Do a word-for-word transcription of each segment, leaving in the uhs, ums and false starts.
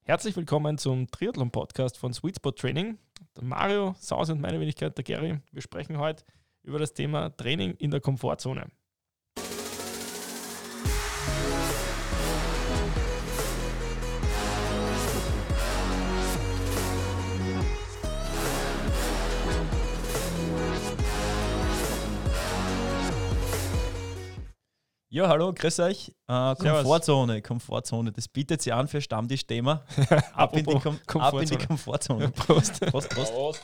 Herzlich willkommen zum Triathlon-Podcast von Sweet Spot Training. Der Mario, Sause und meine Wenigkeit, der Gary. Wir sprechen heute über das Thema Training in der Komfortzone. Ja, hallo, grüß euch. Äh, Komfortzone, Komfortzone, das bietet sich an für Stammtischthema. Ab, in die Kom- ab in die Komfortzone. Prost. Prost, Prost. Prost.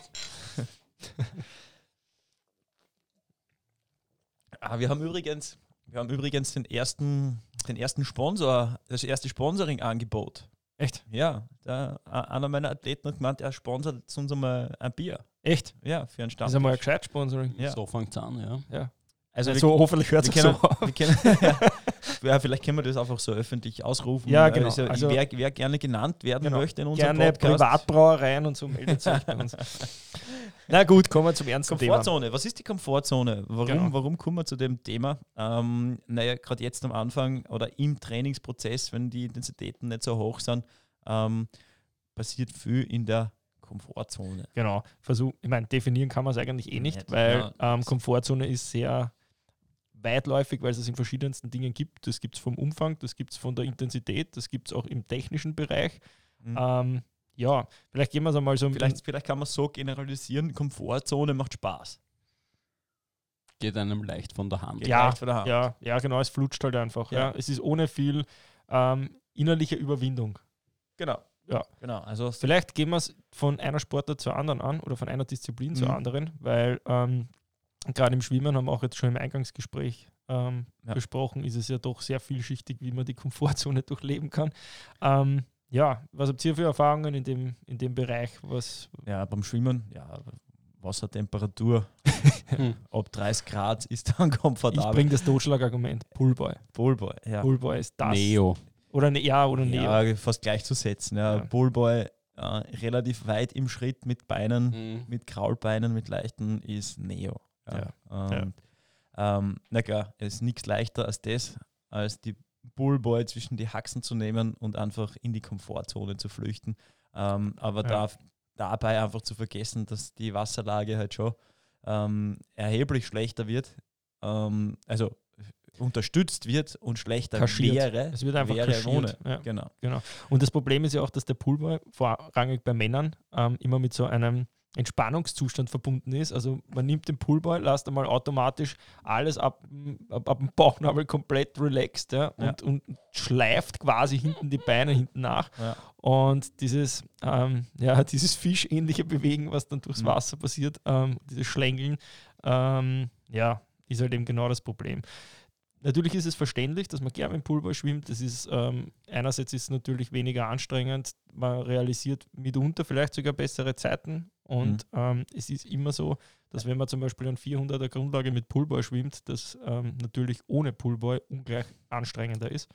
ah, wir haben übrigens, wir haben übrigens den ersten, den ersten Sponsor, das erste Sponsoring-Angebot. Echt? Ja, der, einer meiner Athleten hat gemeint, er sponsert uns einmal ein Bier. Echt? Ja, für einen Das Stammtisch. ist einmal ein gescheit Sponsoring. Ja. So fängt es an, ja. Ja. Also so hoffentlich hört es wir so können, auf. wir können, ja, ja, vielleicht können wir das einfach so öffentlich ausrufen. Ja, genau. Also, Also, wer, wer gerne genannt werden genau. möchte in unserem Gerne Podcast. Privatbrauereien und so meldet sich bei uns. Na gut, kommen wir zum ernsten Komfortzone. Thema. Was ist die Komfortzone? Warum, Genau. warum kommen wir zu dem Thema? Ähm, naja, gerade jetzt am Anfang oder im Trainingsprozess, wenn die Intensitäten nicht so hoch sind, ähm, passiert viel in der Komfortzone. Genau. Versuch, ich meine, definieren kann man es eigentlich eh nicht, Nicht, weil ja. ähm, Komfortzone ist sehr weitläufig, weil es es in verschiedensten Dingen gibt. Das gibt es vom Umfang, das gibt es von der Intensität, das gibt es auch im technischen Bereich. Mhm. Ähm, ja, vielleicht gehen wir es einmal so. Vielleicht, vielleicht kann man so generalisieren, Komfortzone macht Spaß. Geht einem leicht von der Hand. Geht ja, leicht von der Hand. ja, ja, genau, es flutscht halt einfach. Ja. Ja. Es ist ohne viel ähm, innerliche Überwindung. Genau. Ja. Genau. Also Vielleicht gehen wir es von einer Sportart zur anderen an oder von einer Disziplin zur Mhm. anderen, weil ähm, gerade im Schwimmen haben wir auch jetzt schon im Eingangsgespräch ähm, Ja. besprochen, ist es ja doch sehr vielschichtig, wie man die Komfortzone durchleben kann. Ähm, ja, was habt ihr für Erfahrungen in dem, in dem Bereich? Was, ja, beim Schwimmen, ja, Wassertemperatur Hm. ab dreißig Grad ist dann ich komfortabel. bringe das Totschlagargument, Pullboy. Bullboy, ja. Pullboy ist das. Neo. Oder ne, ja, oder Neo. Ja, fast gleichzusetzen. Ja. Ja. Bullboy äh, relativ weit im Schritt mit Beinen, Mhm. mit Kraulbeinen, mit leichten ist Neo. Ja. Und, Ähm, na klar, es ist nichts leichter als das, als die Bullboy zwischen die Haxen zu nehmen und einfach in die Komfortzone zu flüchten. Ähm, aber Ja. darf, dabei einfach zu vergessen, dass die Wasserlage halt schon ähm, erheblich schlechter wird, ähm, also unterstützt wird und schlechter Kaschiert. wäre, Es wird einfach wäre kaschiert. ohne. Ja. Genau. Und das Problem ist ja auch, dass der Pullboy vorrangig bei Männern ähm, immer mit so einem Entspannungszustand verbunden ist. Also man nimmt den Pullboy, lässt einmal automatisch alles ab, ab, ab dem Bauchnabel komplett relaxed, ja, Ja. und, und schleift quasi hinten die Beine hinten nach. Ja. Und dieses, ähm, ja, dieses fischähnliche Bewegen, was dann durchs Mhm. Wasser passiert, ähm, dieses Schlängeln, ähm, ja, ist halt eben genau das Problem. Natürlich ist es verständlich, dass man gerne im Pullboy schwimmt. Das ist ähm, einerseits ist es natürlich weniger anstrengend. Man realisiert mitunter vielleicht sogar bessere Zeiten. Und Mhm. ähm, es ist immer so, dass wenn man zum Beispiel an vierhunderter Grundlage mit Pullboy schwimmt, das ähm, natürlich ohne Pullboy ungleich anstrengender ist.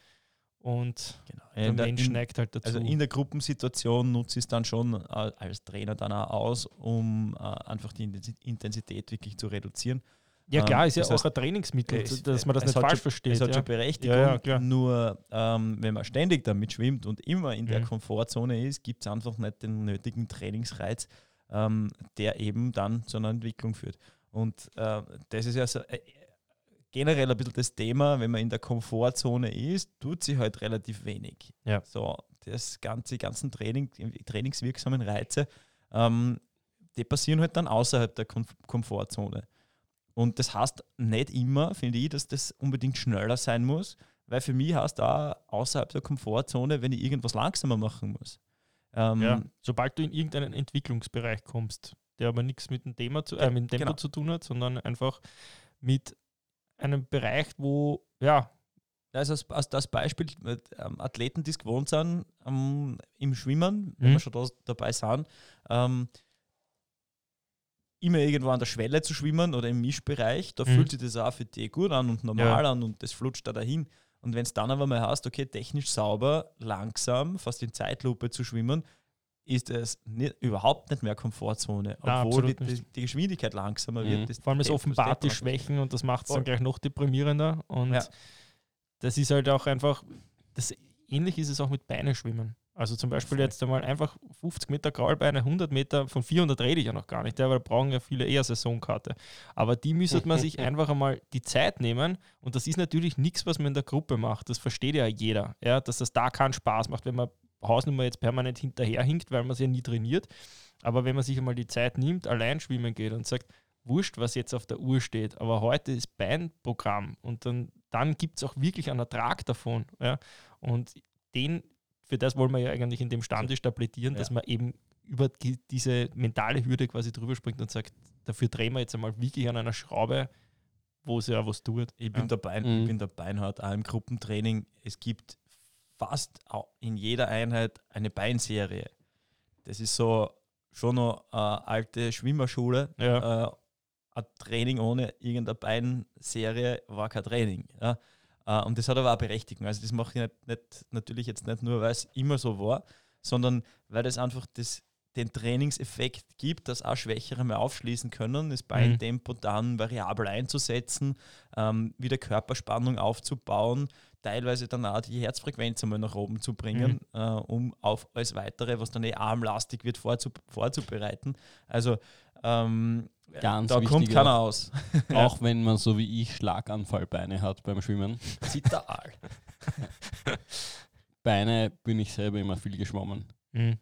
Und Genau. der In der- Mensch in- neigt halt dazu. Also in der Gruppensituation nutze ich es dann schon äh, als Trainer dann auch aus, um äh, einfach die Intensi- Intensität wirklich zu reduzieren. ja klar, ähm, ist ja das auch heißt, ein Trainingsmittel, es- dass man das es nicht hat falsch schon, versteht. Es hat ja. schon Berechtigung, Ja, ja, klar. nur ähm, wenn man ständig damit schwimmt und immer in der Mhm. Komfortzone ist, gibt es einfach nicht den nötigen Trainingsreiz, ähm, der eben dann zu einer Entwicklung führt. Und äh, das ist ja so, äh, generell ein bisschen das Thema, wenn man in der Komfortzone ist, tut sich halt relativ wenig. Ja. So, das ganze, die ganzen Training, trainingswirksamen Reize, ähm, die passieren halt dann außerhalb der Kom- Komfortzone. Und das heißt nicht immer, finde ich, dass das unbedingt schneller sein muss, weil für mich heißt auch außerhalb der Komfortzone, wenn ich irgendwas langsamer machen muss. Ähm, Ja, sobald du in irgendeinen Entwicklungsbereich kommst, der aber nichts mit dem Thema zu, äh, mit dem Tempo Genau. zu tun hat, sondern einfach mit einem Bereich, wo, ja, Also als, als das Beispiel, mit, ähm, Athleten, die es gewohnt sind, ähm, im Schwimmen, wenn Mhm. wir schon da, dabei sind, ähm, immer irgendwo an der Schwelle zu schwimmen oder im Mischbereich, da Mhm. fühlt sich das auch für die gut an und normal Ja. an und das flutscht da dahin. Und wenn es dann aber mal heißt, okay, technisch sauber, langsam, fast in Zeitlupe zu schwimmen, ist es nicht, überhaupt nicht mehr Komfortzone, Nein, obwohl die, absolut nicht. die, die Geschwindigkeit langsamer Mhm. wird. Das vor allem es Tempo- offenbart die das Tempo- Schwächen und das macht es dann Voll. gleich noch deprimierender. Und Ja. das ist halt auch einfach, das, ähnlich ist es auch mit Beineschwimmen. Also zum Beispiel jetzt einmal einfach fünfzig Meter Kraulbeine, hundert Meter, von vierhundert rede ich ja noch gar nicht, ja, weil da brauchen ja viele eher Saisonkarte. Aber die müsste man sich einfach einmal die Zeit nehmen und das ist natürlich nichts, was man in der Gruppe macht. Das versteht ja jeder, ja, dass das da keinen Spaß macht, wenn man Hausnummer jetzt permanent hinterherhinkt, weil man es ja nie trainiert. Aber wenn man sich einmal die Zeit nimmt, allein schwimmen geht und sagt, wurscht, was jetzt auf der Uhr steht, aber heute ist Beinprogramm und dann, dann gibt es auch wirklich einen Ertrag davon. Ja, und den für das wollen wir ja eigentlich in dem Stammtisch da plädieren, ja. dass man eben über die, diese mentale Hürde quasi drüber springt und sagt, dafür drehen wir jetzt einmal wirklich an einer Schraube, wo es ja was tut. Ich bin, ja. dabei, Mhm. ich bin der Beinhard, auch im Gruppentraining. Es gibt fast in jeder Einheit eine Beinserie. Das ist so schon noch eine alte Schwimmerschule. Ja. Äh, ein Training ohne irgendeine Beinserie war kein Training. Ja. Uh, und das hat aber auch Berechtigung. Also das mache ich nicht, nicht, natürlich jetzt nicht nur, weil es immer so war, sondern weil das einfach das, den Trainingseffekt gibt, dass auch Schwächere mehr aufschließen können, das Beintempo dann variabel einzusetzen, ähm, wieder Körperspannung aufzubauen, teilweise dann auch die Herzfrequenz einmal nach oben zu bringen, mhm. äh, um auf alles Weitere, was dann eh armlastig wird, vorzu, vorzubereiten. Also ähm, Ganz da kommt keiner aus. Auch wenn man so wie ich Schlaganfallbeine hat beim Schwimmen. Zital. Beine bin ich selber immer viel geschwommen. Mhm.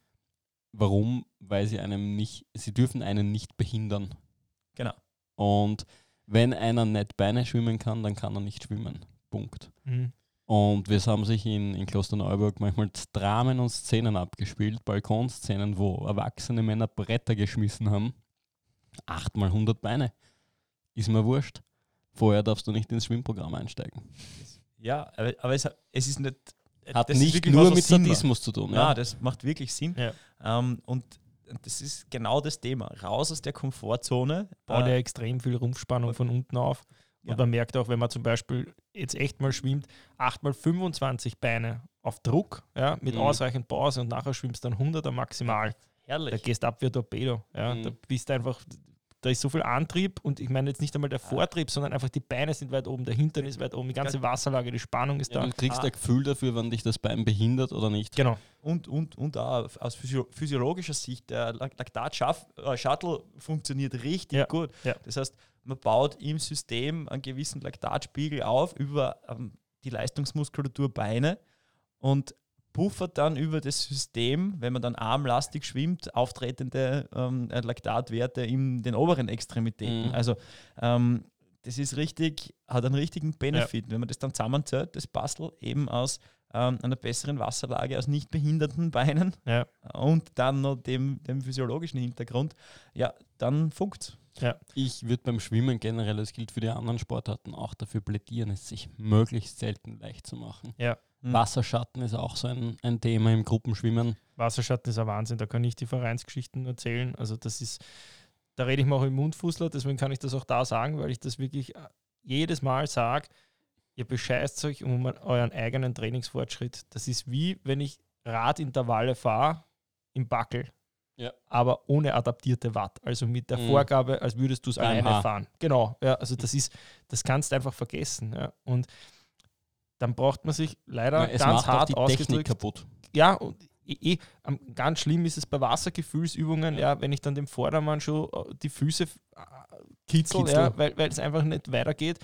Warum? Weil sie einem nicht, sie dürfen einen nicht behindern. Genau. Und wenn einer nicht Beine schwimmen kann, dann kann er nicht schwimmen. Punkt. Mhm. Und wir haben sich in, in Klosterneuburg manchmal Dramen und Szenen abgespielt, Balkonszenen, wo erwachsene Männer Bretter geschmissen haben. acht mal hundert Beine. Ist mir wurscht. Vorher darfst du nicht ins Schwimmprogramm einsteigen. Ja, aber, aber es, es ist nicht... Hat das nicht ist nur was, mit Sinn Sadismus zu tun. Ja, Ja, das macht wirklich Sinn. Ja. Ähm, und das ist genau das Thema. Raus aus der Komfortzone. Baut ja Äh, extrem viel Rumpfspannung von unten auf. Und Ja. man merkt auch, wenn man zum Beispiel jetzt echt mal schwimmt, acht mal fünfundzwanzig Beine auf Druck, ja, mit Mhm. ausreichend Pause und nachher schwimmst du dann hunderter maximal. Da herrlich. gehst du ab wie ein Torpedo. Ja. Mhm. Da bist einfach, da ist so viel Antrieb und ich meine jetzt nicht einmal der Vortrieb, sondern einfach die Beine sind weit oben, der Hintern ist weit oben, die ganze Wasserlage, die Spannung ist ja, da. du kriegst Ah. ein Gefühl dafür, wann dich das Bein behindert oder nicht. Genau. Und, und, und auch aus physio- physiologischer Sicht, der Laktat-Shuttle funktioniert richtig Ja. gut. Ja. Das heißt, man baut im System einen gewissen Laktatspiegel auf über ähm, die Leistungsmuskulatur Beine und puffert dann über das System, wenn man dann armlastig schwimmt, auftretende ähm, Laktatwerte in den oberen Extremitäten. Mhm. Also ähm, das ist richtig, hat einen richtigen Benefit. Ja. Wenn man das dann zusammenzählt, das Puzzle eben aus ähm, einer besseren Wasserlage, aus nicht behinderten Beinen Ja. und dann noch dem, dem physiologischen Hintergrund, ja, dann funkt's. Ja. Ich würde beim Schwimmen generell, das gilt für die anderen Sportarten, auch dafür plädieren, es sich möglichst selten leicht zu machen. Ja. Mhm. Wasserschatten ist auch so ein, ein Thema im Gruppenschwimmen. Wasserschatten ist ein Wahnsinn, da kann ich die Vereinsgeschichten erzählen. Also das ist, da rede ich mir auch im Mundfußler, deswegen kann ich das auch da sagen, weil ich das wirklich jedes Mal sage, ihr bescheißt euch um euren eigenen Trainingsfortschritt. Das ist wie, wenn ich Radintervalle fahre im Backel, Ja. aber ohne adaptierte Watt, also mit der Mhm. Vorgabe, als würdest du es alleine kmh. fahren. Genau, ja, also das ist, das kannst du einfach vergessen. Ja. Und dann braucht man sich leider Ja, es ganz macht auch hart die Technik ausgedrückt. kaputt. Ja, und eh, eh, am- ganz schlimm ist es bei Wassergefühlsübungen, ja. wenn ich dann dem Vordermann schon äh, die Füße äh, kitzel, Kitzel. ja, weil, weil es einfach nicht weitergeht.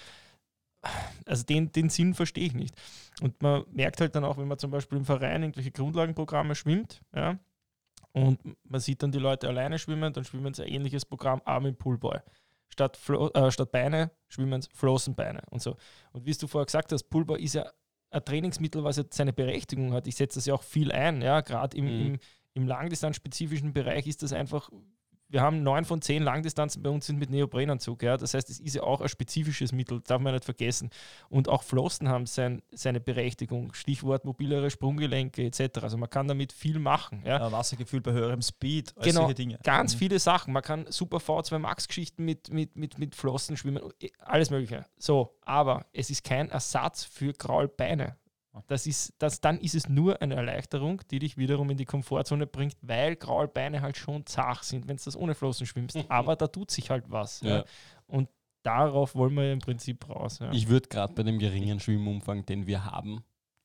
Also den, den Sinn verstehe ich nicht. Und man merkt halt dann auch, wenn man zum Beispiel im Verein irgendwelche Grundlagenprogramme schwimmt, ja, und man sieht dann die Leute alleine schwimmen, dann schwimmen sie ein ähnliches Programm, Arm im Poolboy. Statt, Flo äh, statt Beine schwimmen sie Flossenbeine und so. Und wie du vorher gesagt hast, Poolboy ist ja ein Trainingsmittel, was jetzt seine Berechtigung hat. Ich setze das ja auch viel ein. Ja? Gerade im, Mhm. im, im langdistanzspezifischen Bereich ist das einfach, wir haben neun von zehn Langdistanzen bei uns sind mit Neoprenanzug. Ja? Das heißt, es ist ja auch ein spezifisches Mittel, darf man nicht vergessen. Und auch Flossen haben sein, seine Berechtigung. Stichwort mobilere Sprunggelenke et cetera. Also man kann damit viel machen. Ja? Äh, Wassergefühl bei höherem Speed, all Genau, solche Dinge. Ganz Mhm. viele Sachen. Man kann super V zwei Max-Geschichten mit, mit, mit, mit Flossen schwimmen, alles Mögliche. So, aber es ist kein Ersatz für Kraulbeine. Das ist, das, dann ist es nur eine Erleichterung, die dich wiederum in die Komfortzone bringt, weil Kraulbeine halt schon zart sind, wenn du das ohne Flossen schwimmst. Aber da tut sich halt was. Ja. Ja. Und darauf wollen wir ja im Prinzip raus. Ja. Ich würde gerade bei dem geringen Schwimmumfang, den wir haben,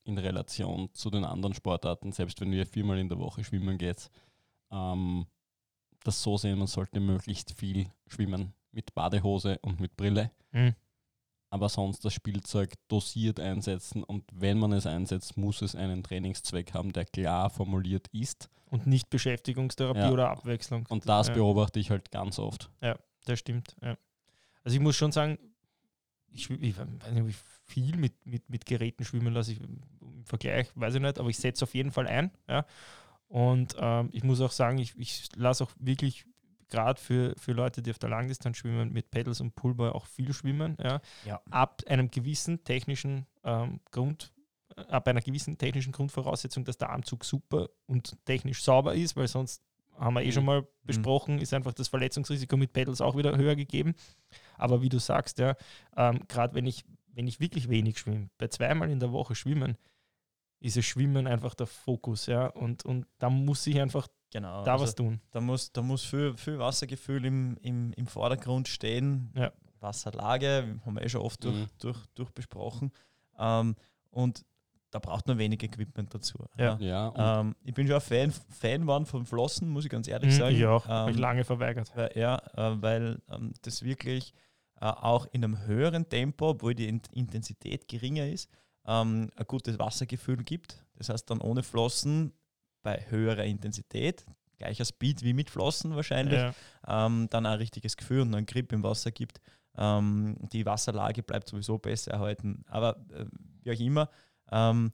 in Relation zu den anderen Sportarten, selbst wenn ihr viermal in der Woche schwimmen geht, ähm, das so sehen, man sollte möglichst viel schwimmen mit Badehose und mit Brille. Mhm. Aber sonst das Spielzeug dosiert einsetzen und wenn man es einsetzt, muss es einen Trainingszweck haben, der klar formuliert ist. Und nicht Beschäftigungstherapie Ja. oder Abwechslung. Und das ja. beobachte ich halt ganz oft. Das stimmt. Ja. Also ich muss schon sagen, ich, ich weiß nicht, wie viel mit, mit, mit Geräten schwimmen lasse ich im Vergleich, weiß ich nicht, aber ich setze auf jeden Fall ein. Ja. Und ähm, ich muss auch sagen, ich, ich lasse auch wirklich gerade für, für Leute, die auf der Langdistanz schwimmen, mit Pedals und Pullboy auch viel schwimmen. Ja. Ja. Ab einem gewissen technischen ähm, Grund, ab einer gewissen technischen Grundvoraussetzung, dass der Armzug super und technisch sauber ist, weil sonst haben wir eh Mhm. schon mal besprochen, ist einfach das Verletzungsrisiko mit Pedals auch wieder höher gegeben. Aber wie du sagst, ja, ähm, gerade wenn ich, wenn ich wirklich wenig schwimme, bei zweimal in der Woche schwimmen, ist das Schwimmen einfach der Fokus, ja, und, und da muss ich einfach Genau. da also was tun. Da muss, da muss viel, viel Wassergefühl im, im, im Vordergrund stehen. Ja. Wasserlage, haben wir eh schon oft durch, Mhm. durch, durch besprochen. Ähm, und da braucht man wenig Equipment dazu. Ja. Ja, und Ähm, ich bin schon ein Fan, Fan geworden von Flossen, muss ich ganz ehrlich Mhm, sagen. ich auch, habe ich Ähm, lange verweigert. weil, ja, äh, weil ähm, das wirklich äh, auch in einem höheren Tempo, obwohl die In- Intensität geringer ist, ähm, ein gutes Wassergefühl gibt. Das heißt dann ohne Flossen bei höherer Intensität, gleicher Speed wie mit Flossen wahrscheinlich, Ja. ähm, dann ein richtiges Gefühl und einen Grip im Wasser gibt. Ähm, die Wasserlage bleibt sowieso besser erhalten. Aber äh, wie auch immer, ähm,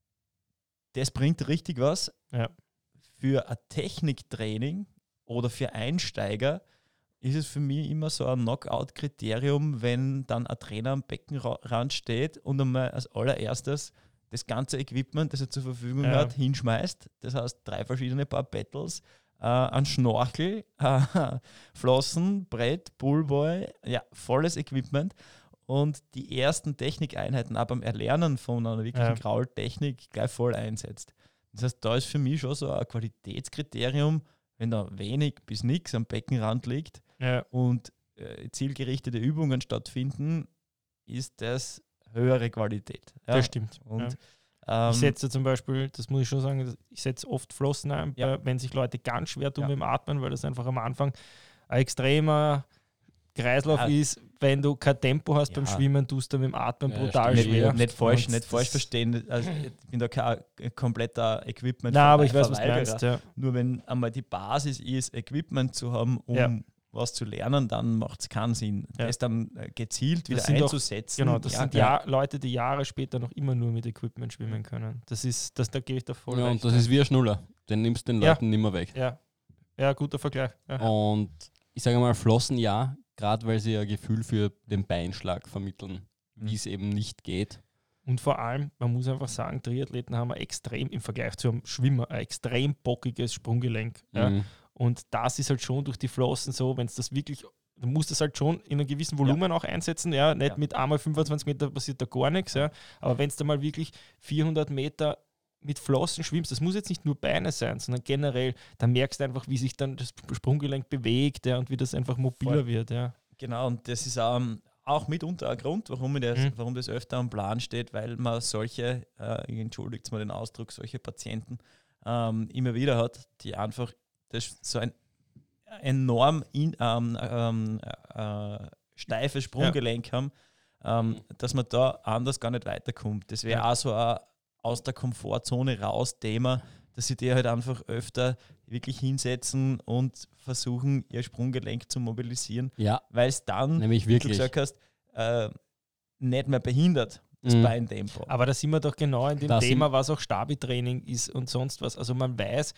das bringt richtig was. Ja. Für ein Techniktraining oder für Einsteiger ist es für mich immer so ein Knockout-Kriterium, wenn dann ein Trainer am Beckenrand steht und einmal als allererstes das ganze Equipment, das er zur Verfügung Ja. hat, hinschmeißt. Das heißt, drei verschiedene Paar Battles, äh, ein Schnorchel, äh, Flossen, Brett, Pullboy, ja, volles Equipment. Und die ersten Technikeinheiten auch beim Erlernen von einer wirklichen Ja. Kraultechnik gleich voll einsetzt. Das heißt, da ist für mich schon so ein Qualitätskriterium, wenn da wenig bis nichts am Beckenrand liegt Ja. und äh, zielgerichtete Übungen stattfinden, ist das höhere Qualität. Ja? Das stimmt. Und ja. ähm, Ich setze zum Beispiel, das muss ich schon sagen, ich setze oft Flossen ein, Ja. bei, wenn sich Leute ganz schwer tun Ja. mit dem Atmen, weil das einfach am Anfang ein extremer Kreislauf Ja. ist. Wenn du kein Tempo hast beim Ja. Schwimmen, tust du mit dem Atmen Ja, brutal stimmt. schwer. nicht, nicht falsch, Und nicht falsch das- verstehen. Also, ich bin da kein kompletter Equipment. Nein, aber ich weiß, was du Verweigerer. meinst. Ja. Nur wenn einmal die Basis ist, Equipment zu haben, um Ja. was zu lernen, dann macht es keinen Sinn. Ja. Das dann äh, gezielt wieder sind doch- einzusetzen. Genau, das ja, sind klar. ja Leute, die Jahre später noch immer nur mit Equipment schwimmen können. Das ist, das, da gehe ich da voll ja, recht, und das ja. ist wie ein Schnuller. Den nimmst du den Ja. Leuten nimmer weg. Ja. Ja, guter Vergleich. Ja. Und ich sage mal, Flossen ja, gerade weil sie ein Gefühl für den Beinschlag vermitteln, Mhm. wie es eben nicht geht. Und vor allem, man muss einfach sagen, Triathleten haben ein extrem, im Vergleich zu einem Schwimmer, ein extrem bockiges Sprunggelenk. Ja. Mhm. Und das ist halt schon durch die Flossen so, wenn es das wirklich, du musst das halt schon in einem gewissen Volumen auch einsetzen, ja, nicht Ja. mit einmal fünfundzwanzig Meter passiert da gar nichts, ja, aber wenn es da mal wirklich vierhundert Meter mit Flossen schwimmst, das muss jetzt nicht nur Beine sein, sondern generell, dann merkst du einfach, wie sich dann das Sprunggelenk bewegt, ja, und wie das einfach mobiler Voll. wird, ja. Genau, und das ist ähm, auch mitunter ein Grund, warum, ich das, Mhm. warum das öfter am Plan steht, weil man solche, äh, entschuldigt mal den Ausdruck, solche Patienten ähm, immer wieder hat, die einfach das so ein enorm in, ähm, ähm, äh, steifes Sprunggelenk haben, ähm, dass man da anders gar nicht weiterkommt. Das wäre Ja. auch so ein aus der Komfortzone raus Thema, dass sie die halt einfach öfter wirklich hinsetzen und versuchen, ihr Sprunggelenk zu mobilisieren, Ja, weil es dann, nämlich wie du wirklich. gesagt hast, äh, nicht mehr behindert, das Mhm. Beintempo. Aber da sind wir doch genau in dem Da Thema, sind- was auch Stabi-Training ist und sonst was. Also man weiß,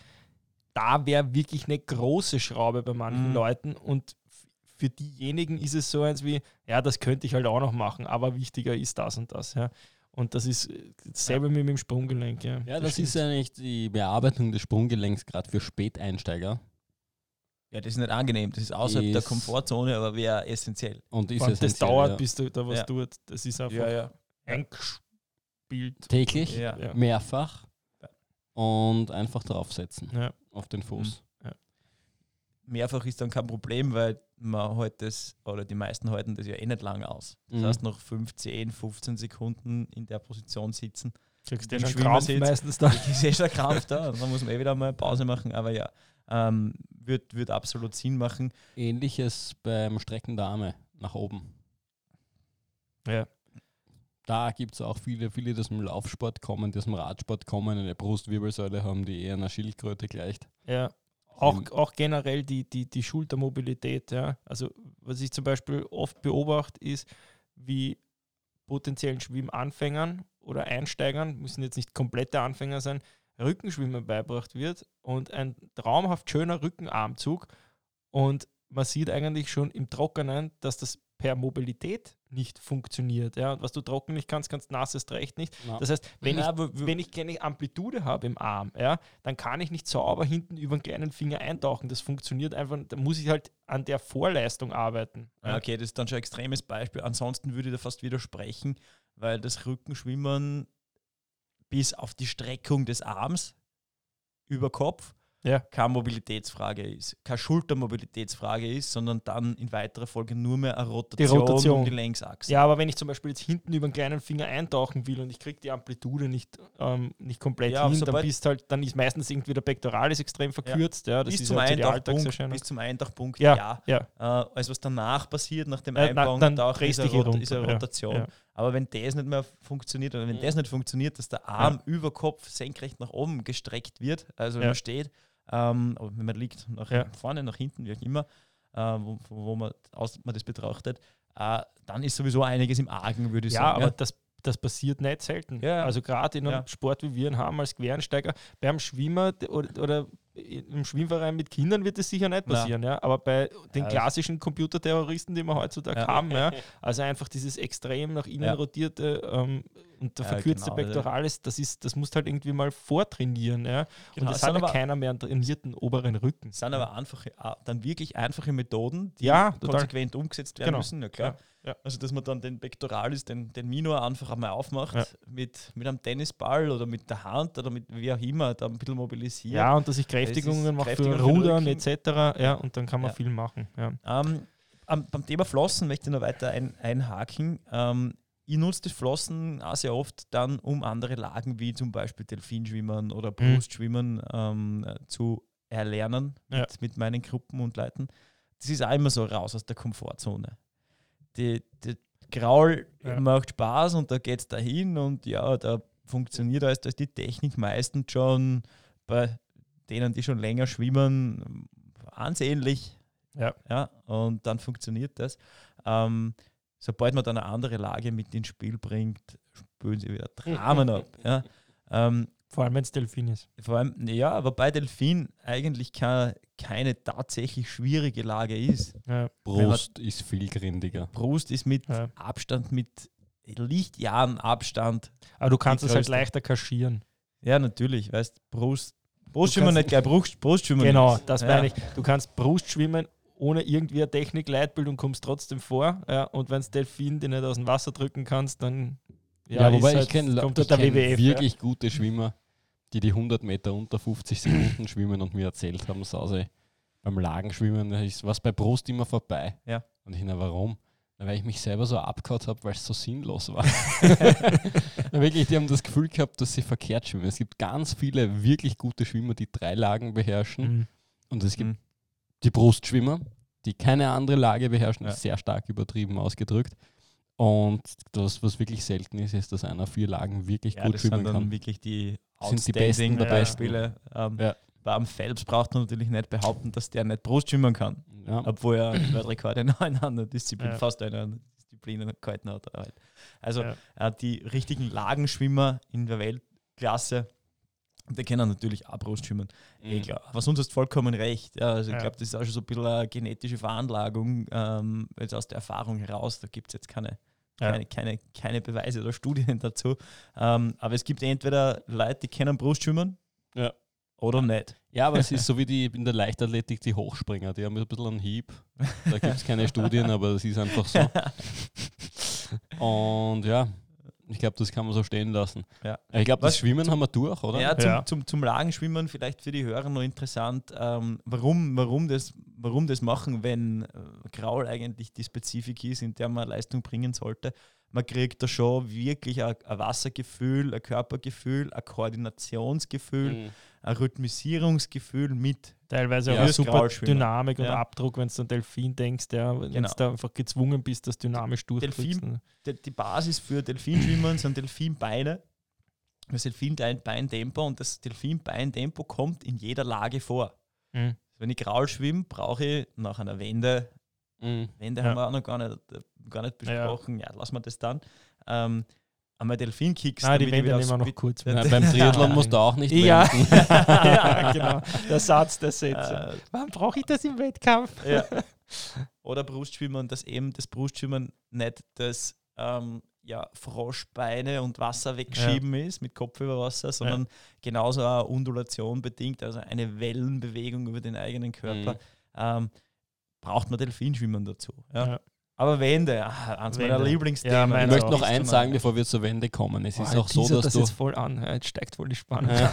da wäre wirklich eine große Schraube bei manchen Mhm. Leuten und f- für diejenigen ist es so eins wie, ja, das könnte ich halt auch noch machen, aber wichtiger ist das und das. Ja. Und das ist äh, dasselbe mit dem Sprunggelenk. Ja, Ja, das ist eigentlich die Bearbeitung des Sprunggelenks gerade für Späteinsteiger. Ja, das ist nicht angenehm, das ist außerhalb der Ist- Komfortzone, aber wäre essentiell. Und ist Vor allem das essentiell, dauert, ja. bis du da was Ja. tut. Das ist einfach ja. eingespielt. Täglich, Ja. Ja. mehrfach Ja. und einfach draufsetzen Ja. auf den Fuß. Mehrfach ist dann kein Problem, weil man halt das, oder die meisten halten das ja eh nicht lange aus. Das Mhm. heißt, nach fünf, zehn, fünfzehn Sekunden in der Position sitzen. Kriegst du im ja schon Schwimmen Krampf sitzt. meistens da. Ich sehe schon Krampf da. Dann muss man eh wieder mal Pause machen. Aber ja, ähm, wird, wird absolut Sinn machen. Ähnliches beim Strecken der Arme nach oben. Ja. Da gibt es auch viele, viele, die aus dem Laufsport kommen, die aus dem Radsport kommen, eine Brustwirbelsäule haben, die eher einer Schildkröte gleicht. Ja. Auch, auch generell die, die, die Schultermobilität. Ja. Also was ich zum Beispiel oft beobachte, ist, wie potenziellen Schwimmanfängern oder Einsteigern, müssen jetzt nicht komplette Anfänger sein, Rückenschwimmen beibracht wird und ein traumhaft schöner Rückenarmzug und man sieht eigentlich schon im Trockenen, dass das per Mobilität nicht funktioniert. Ja? Und was du trocken nicht kannst, kannst nass erst recht nicht. Ja. Das heißt, wenn Ja, ich, wo- wo- wenn ich keine Amplitude habe im Arm, ja, dann kann ich nicht sauber hinten über den kleinen Finger eintauchen. Das funktioniert einfach, da muss ich halt an der Vorleistung arbeiten. Ja, okay, das ist dann schon ein extremes Beispiel. Ansonsten würde ich da fast widersprechen, weil das Rückenschwimmen bis auf die Streckung des Arms über Kopf Ja. keine Mobilitätsfrage ist, keine Schultermobilitätsfrage ist, sondern dann in weiterer Folge nur mehr eine Rotation, Rotation. um die Längsachse. Ja, aber wenn ich zum Beispiel jetzt hinten über den kleinen Finger eintauchen will und ich kriege die Amplitude nicht, ähm, nicht komplett Ja, hin, dann, sobald- bist halt, dann ist meistens irgendwie der Pectoralis extrem verkürzt. Ja. das bis, ist zum halt so die Eintauchpunkt, Alltagserscheinung. bis zum Eintauchpunkt, Ja, ja. ja. Äh, alles, was danach passiert, nach dem Äh, na, Einbauen, dann Tauchen, drehst ist, eine dich eh Rot- runter, ist eine ja, Rotation. ja. Aber wenn das nicht mehr funktioniert, oder wenn Mhm. das nicht funktioniert, dass der Arm über Kopf senkrecht nach oben gestreckt wird, also wenn Ja. man steht, ähm, oder wenn man liegt, nach Ja. vorne, nach hinten, wie auch immer, äh, wo, wo man, aus, man das betrachtet, äh, dann ist sowieso einiges im Argen, würde ich Ja, sagen. aber das, das passiert nicht selten. Ja. Also gerade in einem Ja. Sport, wie wir ihn haben als Quereinsteiger, beim Schwimmer d- oder, oder im Schwimmverein mit Kindern wird das sicher nicht Na. passieren. Ja? Aber bei den Ja, das- klassischen Computerterroristen, die wir heutzutage Ja. haben, ja, also einfach dieses extrem nach innen Ja. rotierte ähm, und der Ja, verkürzte genau, Pectoralis, das ist, das musst halt irgendwie mal vortrainieren. Ja? Genau, und es es hat sind ja aber- keiner mehr einen trainierten oberen Rücken. Es sind aber einfache, äh, dann wirklich einfache Methoden, die Ja, total. konsequent umgesetzt werden Genau. müssen. Ja, klar. Ja, ja. Also, dass man dann den Pectoralis, den, den Minor einfach einmal aufmacht, Ja. mit, mit einem Tennisball oder mit der Hand oder mit wie auch immer, da ein bisschen mobilisiert. Ja, und dass ich Kräftigungen mache für Kräftigungen für den Rudern Rücken. et cetera. Ja, und dann kann man Ja. viel machen. Ja. Ähm, am, beim Thema Flossen möchte ich noch weiter ein, einhaken. Ähm, ich nutze das Flossen auch sehr oft dann, um andere Lagen wie zum Beispiel Delfinschwimmen oder Brustschwimmen ähm, äh, zu erlernen Ja. mit, mit meinen Gruppen und Leuten. Das ist auch immer so raus aus der Komfortzone. Die, die Graul Ja. macht Spaß und da geht es dahin und ja, da funktioniert alles, da ist die Technik meistens schon bei denen, die schon länger schwimmen, ansehnlich. Ja. Ja, und dann funktioniert das. Ähm, sobald man dann eine andere Lage mit ins Spiel bringt, spülen sie wieder Dramen ab. Ja. Ähm, Vor allem, wenn es Delfin ist. vor allem, ja, aber bei Delfin eigentlich keine, keine tatsächlich schwierige Lage ist. Ja. Brust ist viel grindiger. Brust ist mit Ja. Abstand, mit Lichtjahren Abstand. Aber du kannst Die es halt größte. leichter kaschieren. Ja, natürlich, weißt Brust. Brustschwimmen kannst- nicht gleich Brust, Brustschwimmen. Genau, ist. das ja. meine ich. Du kannst Brust schwimmen ohne irgendwie eine Technik, Leitbild und kommst trotzdem vor. Ja, und wenn es Delfin den nicht aus dem Wasser drücken kannst, dann Ja, ist wobei halt, ich kenne kommt ich halt der kenn W W F. wirklich gute Schwimmer, die die hundert Meter unter fünfzig Sekunden schwimmen und mir erzählt haben, Sause, beim Lagenschwimmen ist was bei Brust immer vorbei. Ja. Und ich, na warum? Na, weil ich mich selber so abgehauen habe, weil es so sinnlos war. Na, wirklich, die haben das Gefühl gehabt, dass sie verkehrt schwimmen. Es gibt ganz viele wirklich gute Schwimmer, die drei Lagen beherrschen. Ja. Mhm. Und es gibt Mhm. die Brustschwimmer, die keine andere Lage beherrschen, Ja. sehr stark übertrieben ausgedrückt. Und das, was wirklich selten ist, ist, dass einer vier Lagen wirklich Ja, gut das schwimmen sind dann kann. wirklich die Sind die Besten der Beispiele. Ähm, Ja. Beim Phelps braucht man natürlich nicht behaupten, dass der nicht Brust schwimmen kann, Ja. obwohl er Weltrekord in einer anderen Disziplin, Ja. fast einer anderen Disziplin gehalten hat. Halt. Also Ja. äh, die richtigen Lagenschwimmer in der Weltklasse, die können natürlich auch Brust schwimmen. Eh Mhm. klar. Aber sonst hast du vollkommen recht. Ja, also ich Ja. glaube, das ist auch schon so ein bisschen eine genetische Veranlagung, ähm, jetzt aus der Erfahrung heraus. Da gibt es jetzt keine, Ja. keine, keine, keine Beweise oder Studien dazu. Ähm, aber es gibt entweder Leute, die können Brust schwimmen Ja. oder nicht. Ja, aber es ist so wie die in der Leichtathletik die Hochspringer, die haben ein bisschen einen Hieb. Da gibt es keine Studien, aber das ist einfach so. Und ja, ich glaube, das kann man so stehen lassen. Ja. Ich glaube, Was- das Schwimmen haben wir durch, oder? Ja, zum, Ja. Zum, zum Lagenschwimmen vielleicht für die Hörer noch interessant, ähm, warum, warum, das, warum das machen, wenn äh, Kraul eigentlich die Spezifik ist, in der man Leistung bringen sollte. man kriegt da schon wirklich ein, ein Wassergefühl, ein Körpergefühl, ein Koordinationsgefühl, Mhm. ein Rhythmisierungsgefühl mit. Teilweise Ja, auch eine fürs super Graulschwimmen. Dynamik und Ja. Abdruck, wenn du einen Delfin denkst, ja, wenn Genau. du da einfach gezwungen bist, das dynamisch durchzukriegst. Delfin- Die, die Basis für Delfinschwimmen sind Delfinbeine, das Delfinbeintempo, und das Delfinbeintempo kommt in jeder Lage vor. Mhm. Wenn ich Graul schwimme, brauche ich nach einer Wende, Mhm. Wende Ja. haben wir auch noch gar nicht, gar nicht Ja, ja. besprochen, ja, lassen wir das dann. Ähm, einmal Delfin-Kicks. Nein, die damit ich Wände wieder nehmen wir aufs- noch kurz. Ja, Ja, mit. beim Triathlon musst du auch nicht Ja. wenden. Ja, genau. Der Satz der Sätze. Äh, Warum brauche ich das im Wettkampf? Ja. Oder Brustschwimmen, dass eben das Brustschwimmen nicht das ähm, ja, Froschbeine und Wasser wegschieben ist mit Kopf über Wasser, sondern genauso eine Undulation bedingt, also eine Wellenbewegung über den eigenen Körper. Mhm. Ähm, braucht man Delfinschwimmen dazu. Ja. Ja. Aber Wände, ah, eins meiner Wände. Lieblingsthemen. Ja, Ich meins möchte auch. noch Ist eins schon sagen, ein- bevor wir zur Wende kommen. Es ist Boah, auch so, teasert dass das du, jetzt voll an. Ja, jetzt steigt voll die Spannung. Ja.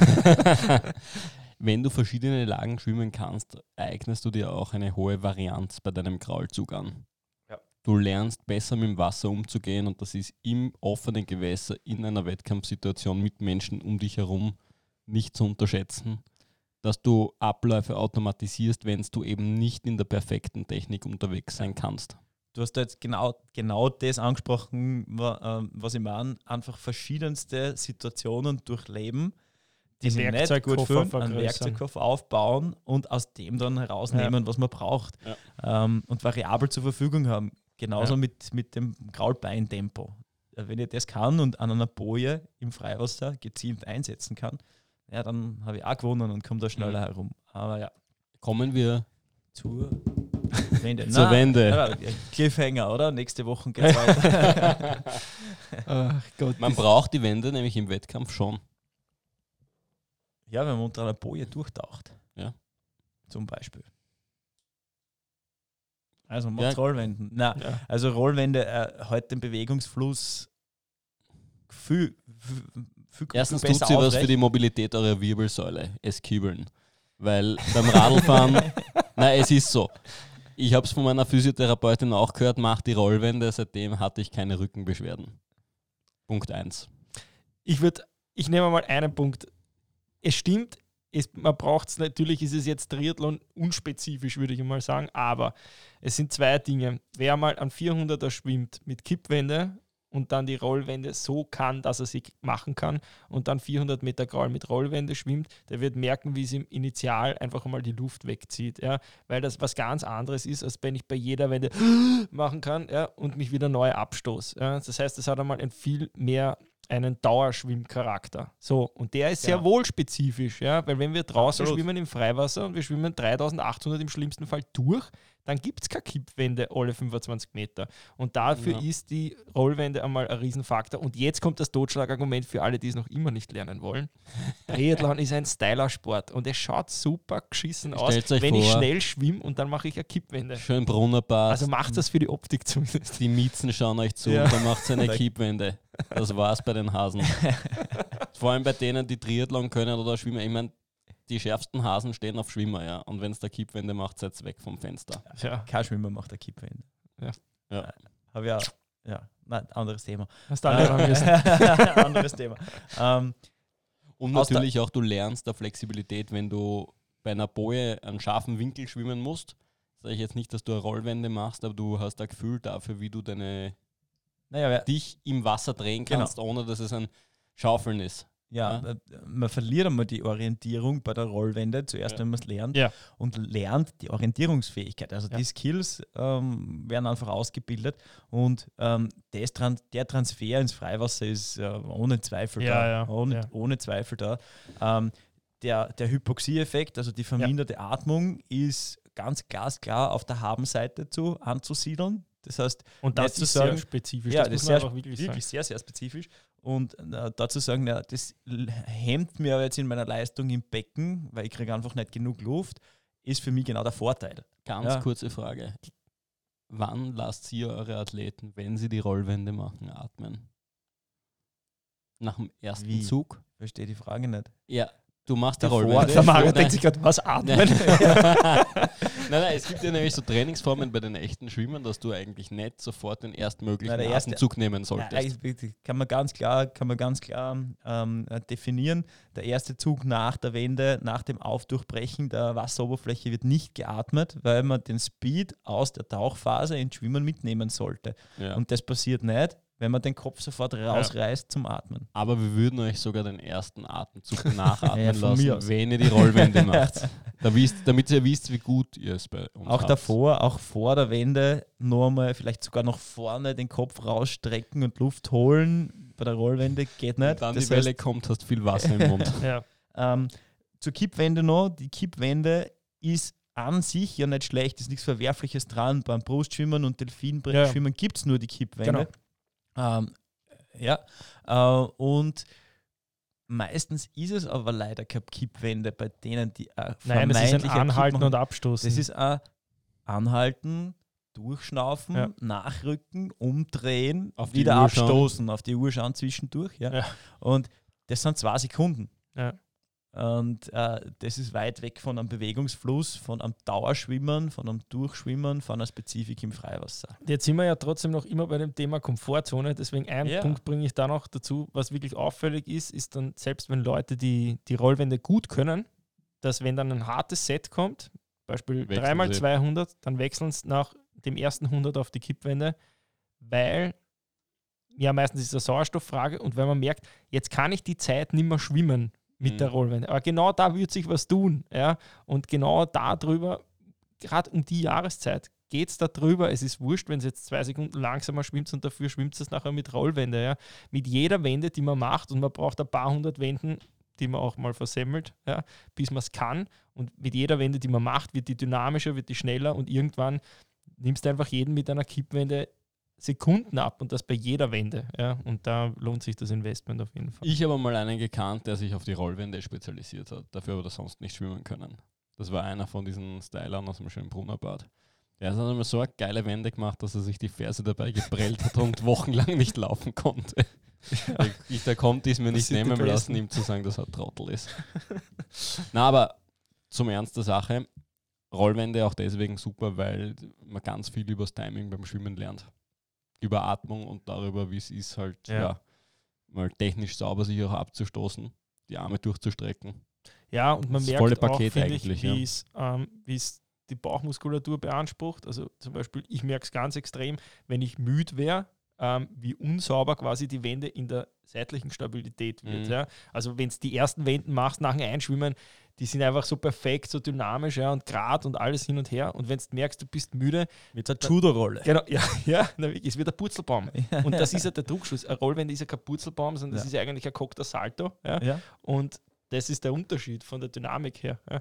wenn du verschiedene Lagen schwimmen kannst, eignest du dir auch eine hohe Varianz bei deinem Kraulzug an. Ja. Du lernst besser mit dem Wasser umzugehen, und das ist im offenen Gewässer in einer Wettkampfsituation mit Menschen um dich herum nicht zu unterschätzen, dass du Abläufe automatisierst, wenn du eben nicht in der perfekten Technik unterwegs sein kannst. Du hast da jetzt genau, genau das angesprochen, wa- ähm, was ich meine. Einfach verschiedenste Situationen durchleben, die Den sich nicht gut Werkzeugkoffer fühlen, einen vergrößern. Werkzeugkoffer aufbauen und aus dem dann herausnehmen, was man braucht. Ähm, und variabel zur Verfügung haben. Genauso Ja. mit, mit dem Graulbeintempo. Äh, Wenn ich das kann und an einer Boje im Freiwasser gezielt einsetzen kann, ja, dann habe ich auch gewonnen und komme da schneller Mhm. herum. Aber ja, Kommen wir zur Wende. zur Wende. Ja, Cliffhanger, oder? Nächste Woche geht's weiter. Ach Gott. Man das- braucht die Wände nämlich im Wettkampf schon. Ja, wenn man unter einer Boje durchtaucht. Ja. Zum Beispiel. Also macht Ja. Rollwänden. Nein, Ja. also Rollwände äh, heute den Bewegungsfluss viel, viel, viel Erstens besser tut sie was aufrecht. für die Mobilität eurer Wirbelsäule, es kübeln. Weil beim Radlfahren, nein, es ist so. Ich habe es von meiner Physiotherapeutin auch gehört, mach die Rollwände, seitdem hatte ich keine Rückenbeschwerden. Punkt eins. Ich würde, ich nehme mal einen Punkt. Es stimmt, es, man braucht es, natürlich ist es jetzt Triathlon unspezifisch, würde ich mal sagen, aber es sind zwei Dinge. Wer mal an vierhunderter schwimmt mit Kippwände und dann die Rollwände so kann, dass er sie machen kann und dann vierhundert Meter Graul mit Rollwände schwimmt, der wird merken, wie es ihm initial einfach mal die Luft wegzieht. Ja? Weil das was ganz anderes ist, als wenn ich bei jeder Wende machen kann, ja, und mich wieder neu abstoße. Ja? Das heißt, es hat einmal ein viel mehr einen Dauerschwimmcharakter. So, und der ist sehr Ja. wohl spezifisch, ja, weil wenn wir draußen Absolut. schwimmen im Freiwasser und wir schwimmen dreitausendachthundert im schlimmsten Fall durch, dann gibt es keine Kippwände alle fünfundzwanzig Meter. Und dafür Ja. ist die Rollwände einmal ein Riesenfaktor. Und jetzt kommt das Totschlagargument für alle, die es noch immer nicht lernen wollen. Triathlon ist ein Styler-Sport und es schaut super geschissen aus, Stellt's euch wenn ich vor. schnell schwimme und dann mache ich eine Kippwände. Schön Brunnerbad. Also macht das für die Optik zumindest. Die Miezen schauen euch zu, Ja. und dann macht eine Da- Kippwende. Das war's bei den Hasen. Vor allem bei denen, die Triathlon können oder schwimmen. Ich meine, die schärfsten Hasen stehen auf Schwimmer, ja. Und wenn es der Kippwende macht, seid weg vom Fenster. Ja, Kein Schwimmer macht eine Kippwände. Ja. Ja. Habe ja, ja, nein, anderes Thema. hast du alle ran müssen. anderes Thema. Ähm, Und Aus der- natürlich auch, du lernst der Flexibilität, wenn du bei einer Boje einen scharfen Winkel schwimmen musst. Sage ich jetzt nicht, dass du eine Rollwende machst, aber du hast ein Gefühl dafür, wie du deine naja, wer- dich im Wasser drehen Genau. kannst, ohne dass es ein Schaufeln ist. ja, Ja. äh, man verliert einmal die Orientierung bei der Rollwende, zuerst Ja. wenn man es lernt, Ja. und lernt die Orientierungsfähigkeit. Also Ja. die Skills ähm, werden einfach ausgebildet, und ähm, das Tran der Transfer ins Freiwasser ist äh, ohne Zweifel Ja, da. ja, Ohne, ja. ohne Zweifel da. Ähm, der, der Hypoxie-Effekt, also die verminderte Atmung, ist ganz glasklar auf der Habenseite zu anzusiedeln. Das heißt, Und das Nicht zu ist sehr sagen- spezifisch. ja, das das muss man ist sehr, einfach wirklich, wirklich sagen. sehr, sehr spezifisch. Und äh, dazu sagen, ja, das l- hemmt mir aber jetzt in meiner Leistung im Becken, weil ich kriege einfach nicht genug Luft, ist für mich genau der Vorteil. Ganz Ja. kurze Frage. Wann lasst ihr eure Athleten, wenn sie die Rollwände machen, atmen? Nach dem ersten Wie? Zug? Verstehe die Frage nicht. Ja, du machst die Davor- Rollwende. Der Mario Nein. denkt sich gerade, was atmen? nein, nein, es gibt ja nämlich so Trainingsformen bei den echten Schwimmern, dass du eigentlich nicht sofort den erstmöglichen Nein, der erste- Atemzug nehmen Ja, solltest. eigentlich kann man ganz klar, kann man ganz klar ähm, äh, definieren. Der erste Zug nach der Wende, nach dem Aufdurchbrechen der Wasseroberfläche wird nicht geatmet, weil man den Speed aus der Tauchphase ins Schwimmen mitnehmen sollte. Ja. Und das passiert nicht, wenn man den Kopf sofort rausreißt zum Atmen. Aber wir würden euch sogar den ersten Atemzug nachatmen Ja, von mir aus. lassen, wenn ihr die Rollwende macht. Da wisst, damit ihr wisst, wie gut ihr es bei uns Auch habt. davor, auch vor der Wende, nur mal vielleicht sogar noch vorne den Kopf rausstrecken und Luft holen. Bei der Rollwende geht nicht. Wenn dann Das die Welle heißt, kommt, hast viel Wasser im Mund. Ja. Ähm, zur Kippwende noch. Die Kippwende ist an sich ja nicht schlecht, ist nichts Verwerfliches dran. Beim Brustschwimmen und Delfinschwimmen Ja. gibt es nur die Kippwende. Genau. Ähm, ja, äh, und meistens ist es aber leider keine Kippwende bei denen, die äh, Nein, das ist ein vermeintlich Anhalten Kipp und machen. Abstoßen. Das ist ein Anhalten, Durchschnaufen, Ja. Nachrücken, umdrehen, Auf die wieder Uhr schauen. abstoßen, auf die Uhr schauen zwischendurch. Ja. Ja. Und das sind zwei Sekunden. Ja. Und äh, das ist weit weg von einem Bewegungsfluss, von einem Dauerschwimmen, von einem Durchschwimmen, von einer Spezifik im Freiwasser. Jetzt sind wir ja trotzdem noch immer bei dem Thema Komfortzone, deswegen einen Ja. Punkt bringe ich da noch dazu, was wirklich auffällig ist, ist dann, selbst wenn Leute die, die Rollwende gut können, dass wenn dann ein hartes Set kommt, Beispiel Wechseln drei mal sie. zweihundert, dann wechseln sie nach dem ersten hundert auf die Kippwende, weil ja meistens ist es eine Sauerstofffrage und weil man merkt, jetzt kann ich die Zeit nicht mehr schwimmen mit Mhm. der Rollwende. Aber genau da wird sich was tun. Ja? Und genau darüber, gerade um die Jahreszeit, geht es darüber. Es ist wurscht, wenn es jetzt zwei Sekunden langsamer schwimmt und dafür schwimmt es nachher mit Rollwende. Ja? Mit jeder Wende, die man macht, und man braucht ein paar hundert Wenden, die man auch mal versemmelt, ja, bis man es kann. Und mit jeder Wende, die man macht, wird die dynamischer, wird die schneller und irgendwann nimmst du einfach jeden mit einer Kippwende Sekunden ab und das bei jeder Wende. Ja? Und da lohnt sich das Investment auf jeden Fall. Ich habe mal einen gekannt, der sich auf die Rollwende spezialisiert hat. Dafür hat er sonst nicht schwimmen können. Das war einer von diesen Stylern aus dem Schönbrunner Bad. Der hat einmal so eine geile Wende gemacht, dass er sich die Ferse dabei geprellt hat und wochenlang nicht laufen konnte. Ich, der konnte es mir nicht sind die nehmen lassen, Besten. ihm zu sagen, dass er ein Trottel ist. Na, aber zum Ernst der Sache, Rollwende auch deswegen super, weil man ganz viel über das Timing beim Schwimmen lernt. Über Atmung und darüber, wie es ist, halt Ja. ja. mal technisch sauber sich auch abzustoßen, die Arme durchzustrecken. Ja, und man Das merkt volle auch, Paket finde ich, eigentlich, ja. wie es ähm, wie es die Bauchmuskulatur beansprucht. Also zum Beispiel, ich merke es ganz extrem, wenn ich müde wäre, ähm, wie unsauber quasi die Wende in der seitlichen Stabilität wird. Mhm. Ja? Also wenn du die ersten Wenden machst nach dem Einschwimmen, die sind einfach so perfekt, so dynamisch, ja, und gerade und alles hin und her. Und wenn du merkst, du bist müde, Mit der Judo-Rolle. genau, ja, ja, na, wirklich, es wird ein Purzelbaum. Und das ist ja der Druckschluss. Eine Rollwende ist ja kein Purzelbaum, sondern das Ja. ist ja eigentlich ein gekockter Salto. Ja? Ja. Und das ist der Unterschied von der Dynamik her. Ja.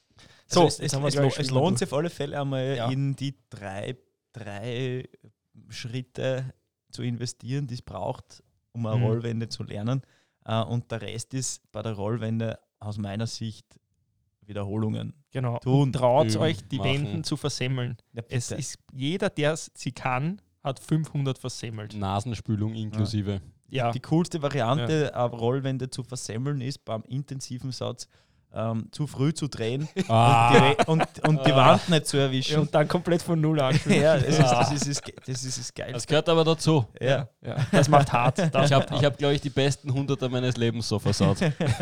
So, So, es, jetzt es, haben wir es, gleich lo- es Schwimmen lohnt durch. sich auf alle Fälle einmal Ja. in die drei, drei Schritte zu investieren, die es braucht, um eine Mhm. Rollwende zu lernen. Äh, und der Rest ist bei der Rollwende aus meiner Sicht Wiederholungen. Genau. Tun, Und traut üben, euch, die machen. Wenden zu versemmeln. Ja, Es bitte. ist jeder, der es- sie kann, hat fünfhundert versemmelt. Nasenspülung inklusive. Ja, Die coolste Variante, eine Rollwende zu versemmeln, ist beim intensiven Satz ähm, zu früh zu drehen Ah. und, die, Re- und, und die Wand nicht zu ja, erwischen. und dann komplett von Null an. Ja, das ist das, ist, das, das, ist das Geilste. Das gehört aber dazu. Ja. Ja, das macht hart. Das Ich macht habe, hart. ich hab, glaube ich, die besten Hunderter meines Lebens so versaut.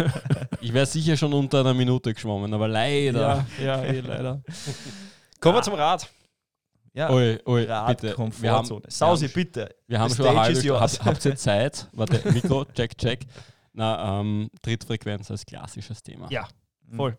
Ich wäre sicher schon unter einer Minute geschwommen, aber leider. Ja, ja, eh, leider. Kommen wir zum Rad. Ja. Ui, ui, Rad, bitte. Wir haben, Komfortzone. Sausi, wir haben- bitte. wir haben The schon eine stage halbe is Stunde. yours. Hab, habt ihr Zeit? Warte, Mikro, check, check. Na, ähm, Trittfrequenz als klassisches Thema. Ja, voll.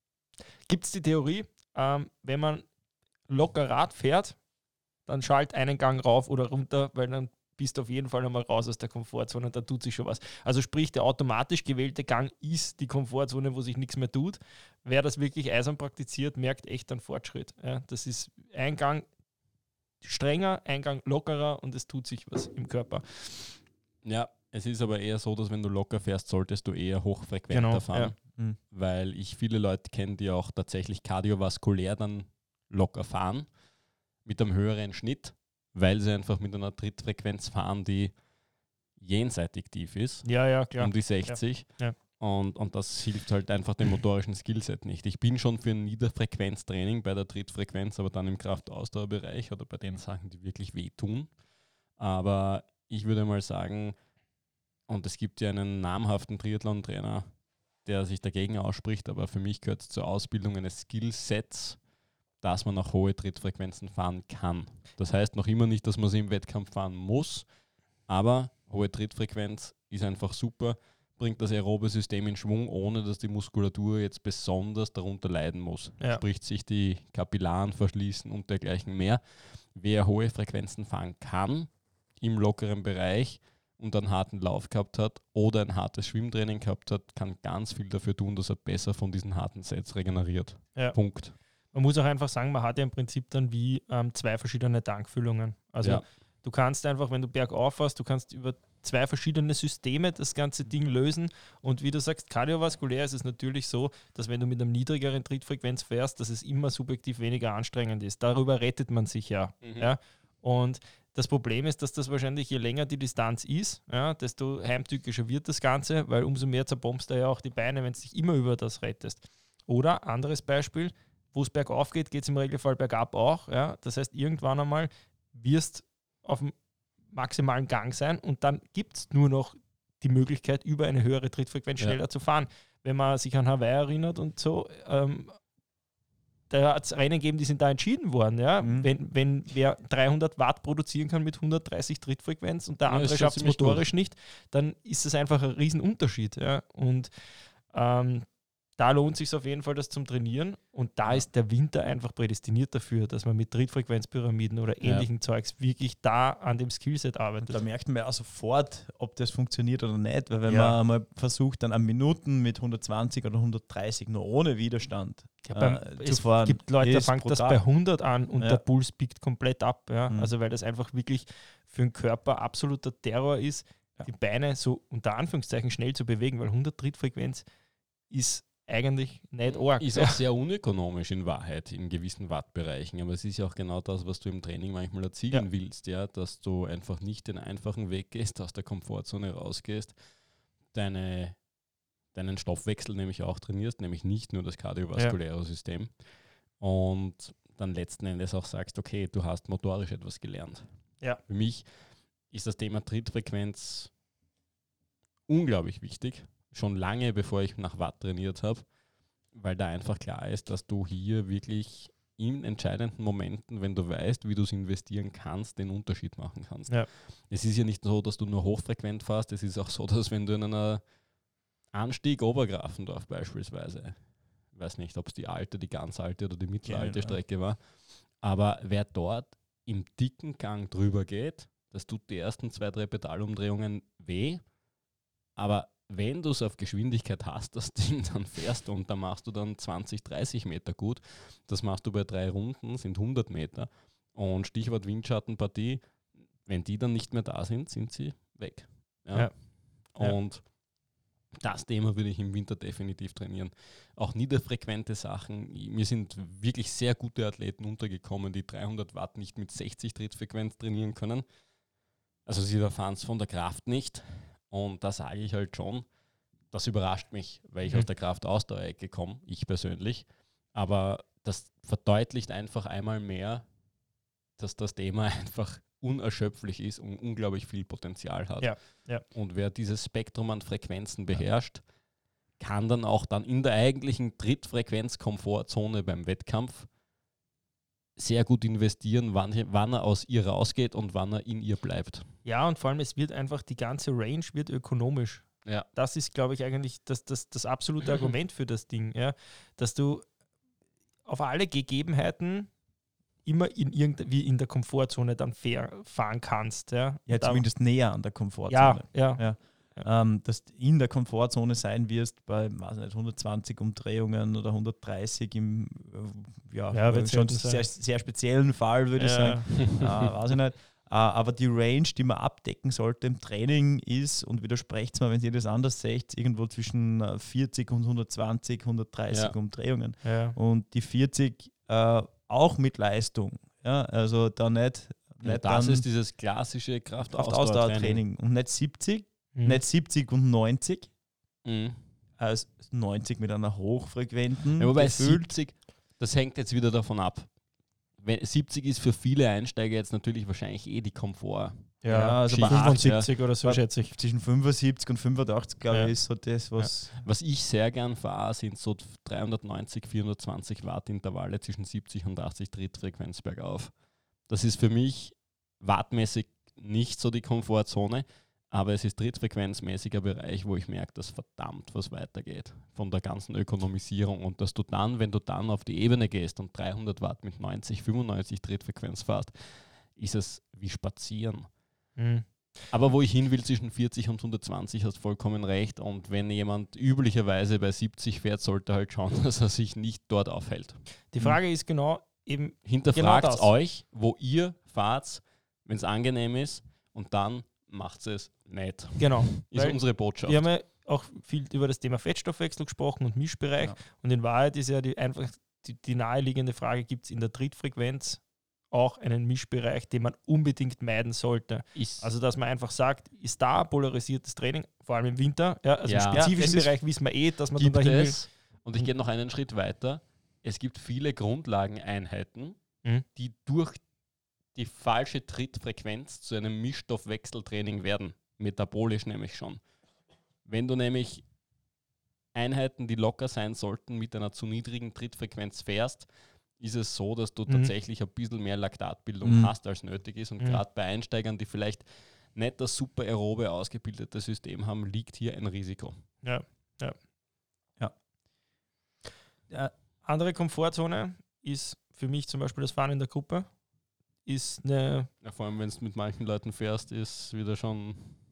Gibt es die Theorie, ähm, wenn man locker Rad fährt, dann schalt einen Gang rauf oder runter, weil dann bist du auf jeden Fall einmal raus aus der Komfortzone und da tut sich schon was. Also sprich, der automatisch gewählte Gang ist die Komfortzone, wo sich nichts mehr tut. Wer das wirklich eisern praktiziert, merkt echt einen Fortschritt. Ja, das ist ein Gang strenger, ein Gang lockerer und es tut sich was im Körper. Ja, es ist aber eher so, dass wenn du locker fährst, solltest du eher hochfrequenter Genau, fahren. ja. Mhm. Weil ich viele Leute kenne, die auch tatsächlich kardiovaskulär dann locker fahren, mit einem höheren Schnitt, weil sie einfach mit einer Trittfrequenz fahren, die jenseitig tief ist, Ja, ja, klar. um die sechzig. Ja. Und, und das hilft halt einfach dem motorischen Skillset nicht. Ich bin schon für ein Niederfrequenztraining bei der Trittfrequenz, aber dann im Kraftausdauerbereich oder bei den Sachen, die wirklich wehtun. Aber ich würde mal sagen, und es gibt ja einen namhaften Triathlon-Trainer, der sich dagegen ausspricht, aber für mich gehört es zur Ausbildung eines Skillsets, dass man auch hohe Trittfrequenzen fahren kann. Das heißt noch immer nicht, dass man sie im Wettkampf fahren muss, aber hohe Trittfrequenz ist einfach super, bringt das aerobe System in Schwung, ohne dass die Muskulatur jetzt besonders darunter leiden muss. Ja. Sprich, sich die Kapillaren verschließen und dergleichen mehr. Wer hohe Frequenzen fahren kann, im lockeren Bereich und einen harten Lauf gehabt hat oder ein hartes Schwimmtraining gehabt hat, kann ganz viel dafür tun, dass er besser von diesen harten Sets regeneriert. Ja. Punkt. Man muss auch einfach sagen, man hat ja im Prinzip dann wie ähm, zwei verschiedene Tankfüllungen. Also Ja. du kannst einfach, wenn du bergauf fährst, du kannst über zwei verschiedene Systeme das ganze Ding lösen. Und wie du sagst, kardiovaskulär ist es natürlich so, dass wenn du mit einer niedrigeren Trittfrequenz fährst, dass es immer subjektiv weniger anstrengend ist. Darüber rettet man sich ja. Mhm. ja? Und das Problem ist, dass das wahrscheinlich, je länger die Distanz ist, ja, desto heimtückischer wird das Ganze, weil umso mehr zerbombst du ja auch die Beine, wenn du dich immer über das rettest. Oder, anderes Beispiel, wo es bergauf geht, geht es im Regelfall bergab auch. Ja? Das heißt, irgendwann einmal wirst auf dem maximalen Gang sein und dann gibt es nur noch die Möglichkeit, über eine höhere Trittfrequenz schneller Ja. zu fahren. Wenn man sich an Hawaii erinnert und so, ähm, da hat es Rennen gegeben, die sind da entschieden worden. Ja? Mhm. Wenn, wenn wer dreihundert Watt produzieren kann mit hundertdreißig Trittfrequenz und der Ja, andere ist schon schafft es ziemlich motorisch nicht, dann ist das einfach ein Riesenunterschied. Ja? Und ähm, da lohnt es sich auf jeden Fall, das zum Trainieren. Und da ist der Winter einfach prädestiniert dafür, dass man mit Trittfrequenzpyramiden oder Ja. ähnlichen Zeugs wirklich da an dem Skillset arbeitet. Da merkt man ja auch sofort, ob das funktioniert oder nicht, weil wenn Ja. man mal versucht, dann an Minuten mit hundertzwanzig oder hundertdreißig nur ohne Widerstand Ja, beim, äh, es zu fahren, gibt Leute, da ist fängt das brutal. bei hundert an und Ja. der Puls biegt komplett ab. Ja? Mhm. Also weil das einfach wirklich für den Körper absoluter Terror ist, Ja. die Beine so unter Anführungszeichen schnell zu bewegen, weil hundert Trittfrequenz ist eigentlich nicht arg. Ist auch sehr unökonomisch in Wahrheit in gewissen Wattbereichen, aber es ist ja auch genau das, was du im Training manchmal erzielen Ja. willst, ja, dass du einfach nicht den einfachen Weg gehst, aus der Komfortzone rausgehst, deine, deinen Stoffwechsel nämlich auch trainierst, nämlich nicht nur das kardiovaskuläre System und dann letzten Endes auch sagst, okay, du hast motorisch etwas gelernt. Ja. Für mich ist das Thema Trittfrequenz unglaublich wichtig, schon lange bevor ich nach Watt trainiert habe, weil da einfach klar ist, dass du hier wirklich in entscheidenden Momenten, wenn du weißt, wie du es investieren kannst, den Unterschied machen kannst. Ja. Es ist ja nicht so, dass du nur hochfrequent fährst, es ist auch so, dass wenn du in einer Anstieg Obergrafendorf beispielsweise, ich weiß nicht, ob es die alte, die ganz alte oder die mittelalte Ja, ja. Strecke war, aber wer dort im dicken Gang drüber geht, das tut die ersten zwei, drei Pedalumdrehungen weh, aber wenn du es auf Geschwindigkeit hast, das Ding, dann fährst du und dann machst du dann zwanzig, dreißig Meter gut. Das machst du bei drei Runden, sind hundert Meter. Und Stichwort Windschattenpartie, wenn die dann nicht mehr da sind, sind sie weg. Ja. Ja. Ja. Und das Thema würde ich im Winter definitiv trainieren. Auch niederfrequente Sachen. Mir sind wirklich sehr gute Athleten untergekommen, die dreihundert Watt nicht mit sechzig Trittfrequenz trainieren können. Also sie erfahren es von der Kraft nicht. Und da sage ich halt schon, das überrascht mich, weil ich Mhm. aus der Kraftausdauerecke komme, ich persönlich. Aber das verdeutlicht einfach einmal mehr, dass das Thema einfach unerschöpflich ist und unglaublich viel Potenzial hat. Ja, ja. Und wer dieses Spektrum an Frequenzen beherrscht, kann dann auch dann in der eigentlichen Trittfrequenz-Komfortzone beim Wettkampf sehr gut investieren, wann, wann er aus ihr rausgeht und wann er in ihr bleibt. Ja, und vor allem, es wird einfach, die ganze Range wird ökonomisch. Ja. Das ist, glaube ich, eigentlich das, das, das absolute Argument für das Ding, ja? Dass du auf alle Gegebenheiten immer in irgendwie in der Komfortzone dann fair fahren kannst. Ja, Ja, Und da- zumindest näher an der Komfortzone. ja, ja, Ja. Ähm, dass du in der Komfortzone sein wirst bei weiß nicht, hundertzwanzig Umdrehungen oder hundertdreißig im äh, ja, Ja, äh, wird schon selten sehr, sehr speziellen Fall, würde ich ja. sagen. äh, weiß ich nicht. Äh, aber die Range, die man abdecken sollte im Training ist, und widersprecht mir, wenn ihr das anders seht, irgendwo zwischen äh, vierzig und hundertzwanzig, hundertdreißig Ja. Umdrehungen. ja. Und die vierzig äh, auch mit Leistung. Ja, also da nicht, Und nicht das dann ist dieses klassische Kraftausdauertraining. Kraftausdauertraining und nicht siebzig, Mhm. nicht siebzig und neunzig. Mhm. als neunzig mit einer hochfrequenten. Ja, wobei gefühlt. siebzig, das hängt jetzt wieder davon ab. Wenn, siebzig ist für viele Einsteiger jetzt natürlich wahrscheinlich eh die Komfort. Ja, also bei fünfundsiebzig oder so, Bei- schätze ich. Zwischen fünfundsiebzig und fünfundachtzig, glaube Ja. ich, ist so das, was. Was ich sehr gern fahre, sind so dreihundertneunzig, vierhundertzwanzig Watt Intervalle zwischen siebzig und achtzig Trittfrequenz bergauf. Das ist für mich wattmäßig nicht so die Komfortzone, aber es ist trittfrequenzmäßiger Bereich, wo ich merke, dass verdammt was weitergeht von der ganzen Ökonomisierung und dass du dann, wenn du dann auf die Ebene gehst und dreihundert Watt mit neunzig, fünfundneunzig Trittfrequenz fährst, ist es wie spazieren. Mhm. Aber wo ich hin will, zwischen vierzig und hundertzwanzig, hast vollkommen recht. Und wenn jemand üblicherweise bei siebzig fährt, sollte halt schauen, dass er sich nicht dort aufhält. Die Frage ist genau eben, Hinterfragt Genau das. euch, wo ihr fahrt, wenn es angenehm ist, und dann macht es nicht. genau, Ist weil unsere Botschaft. wir haben ja auch viel über das Thema Fettstoffwechsel gesprochen und Mischbereich. Ja. Und in Wahrheit ist ja die, einfach die, die naheliegende Frage, gibt es in der Trittfrequenz auch einen Mischbereich, den man unbedingt meiden sollte. Ist, Also, dass man einfach sagt, ist da polarisiertes Training, vor allem im Winter, ja, also Ja. im spezifischen Ja, es ist- Bereich wissen wir eh, dass man dann gibt dahin will. es, und ich gehe noch einen Schritt weiter, es gibt viele Grundlageneinheiten, Mhm. die durch die falsche Trittfrequenz zu einem Mischstoffwechseltraining werden. Metabolisch nämlich schon. Wenn du nämlich Einheiten, die locker sein sollten, mit einer zu niedrigen Trittfrequenz fährst, ist es so, dass du Mhm. tatsächlich ein bisschen mehr Laktatbildung Mhm. hast, als nötig ist. Und Mhm. gerade bei Einsteigern, die vielleicht nicht das super aerobe ausgebildete System haben, liegt hier ein Risiko. Ja, ja. Ja. Ja, andere Komfortzone ist für mich zum Beispiel das Fahren in der Gruppe. Ist eine, Ja, vor allem, wenn du mit manchen Leuten fährst, ist wieder schon.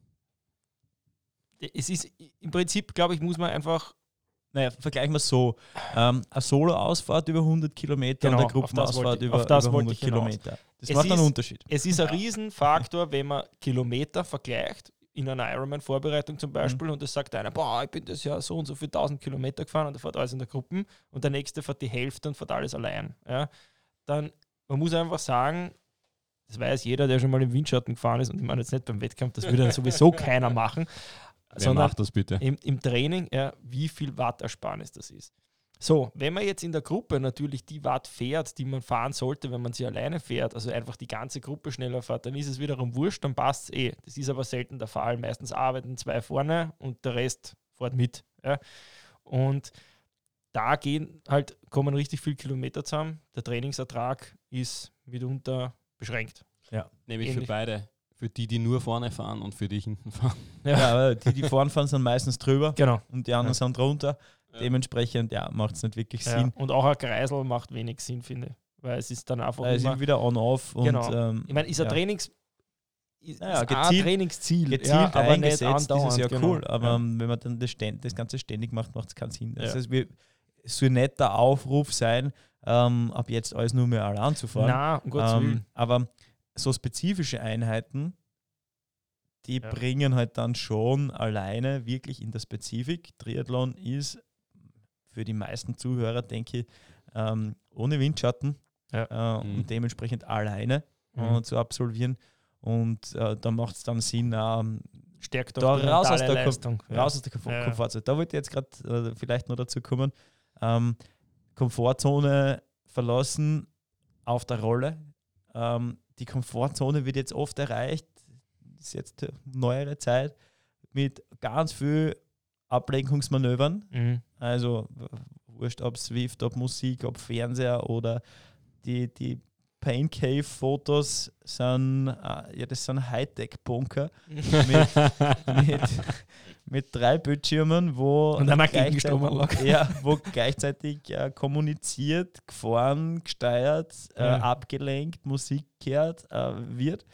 es ist im Prinzip, glaube ich, muss man einfach Naja, vergleichen wir es so. Ähm, eine Solo-Ausfahrt über hundert Kilometer Genau, und eine auf das Gruppenausfahrt wollte ich- über, auf das über wollte hundert ich hinaus. Kilometer. Das Es macht einen ist- Unterschied. Es ist ein Riesenfaktor, wenn man Kilometer vergleicht, in einer Ironman-Vorbereitung zum Beispiel, und es sagt einer, boah, ich bin das ja so und so viel tausend Kilometer gefahren und der fährt alles in der Gruppe und der nächste fährt die Hälfte und fährt alles allein. Ja. Dann, man muss einfach sagen, das weiß jeder, der schon mal im Windschatten gefahren ist, und ich meine jetzt nicht beim Wettkampf, das würde dann sowieso keiner machen, Wer sondern macht das bitte? im, im Training, ja, wie viel Wattersparnis das ist. So, wenn man jetzt in der Gruppe natürlich die Watt fährt, die man fahren sollte, wenn man sie alleine fährt, also einfach die ganze Gruppe schneller fährt, dann ist es wiederum wurscht, dann passt es eh. Das ist aber selten der Fall. Meistens arbeiten zwei vorne und der Rest fährt mit. Ja. Und da gehen halt, kommen richtig viele Kilometer zusammen. Der Trainingsertrag ist mitunter beschränkt. Nämlich für ähnlich. beide. Für die, die nur vorne fahren und für die hinten fahren. Ja, aber die, die vorn fahren, sind meistens drüber Genau. und die anderen Ja. sind drunter. Ja. Dementsprechend ja, macht es nicht wirklich Ja. Sinn. Und auch ein Kreisel macht wenig Sinn, finde ich. Weil es ist dann einfach Weil es immer, ist wieder on-off und Genau. ähm, ich meine, ist ein ja. Trainings ist, Naja, ist ein gezielt- Trainingsziel, gezielt ja, aber eingesetzt, nicht ist es ja andauernd, genau. cool. Aber Ja. ähm, wenn man dann das, ständ, das Ganze ständig macht, macht es keinen Sinn. Das Ja. heißt, wir, es soll nicht der Aufruf sein, ähm, ab jetzt alles nur mehr allein zu fahren. Nein, um Gottes Ähm, Willen. aber so spezifische Einheiten, die Ja. bringen halt dann schon alleine wirklich in der Spezifik. Triathlon ist für die meisten Zuhörer, denke ich, ähm, ohne Windschatten Ja. äh, Mhm. und dementsprechend alleine Mhm. äh, zu absolvieren. Und äh, da macht es dann Sinn, ähm, Stärkt da auch die raus aus mentale der Kom- Leistung. Ja. raus aus der Komfort Ja. Komfortzone. Da wollte ich jetzt gerade äh, vielleicht noch dazu kommen. Ähm, Komfortzone verlassen auf der Rolle. Ähm, die Komfortzone wird jetzt oft erreicht, ist jetzt äh, neuere Zeit, mit ganz viel Ablenkungsmanövern. Mhm. Also w- wurscht, ob Swift, ob Musik, ob Fernseher oder die, die Pain Cave Fotos sind, äh, ja, das sind Hightech-Bunker mit, mit, mit drei Bildschirmen, wo Und einer gleichzeitig- Gegenstromanlage. ja, wo gleichzeitig äh, kommuniziert, gefahren, gesteuert, äh, Ja. abgelenkt, Musik gehört äh, wird.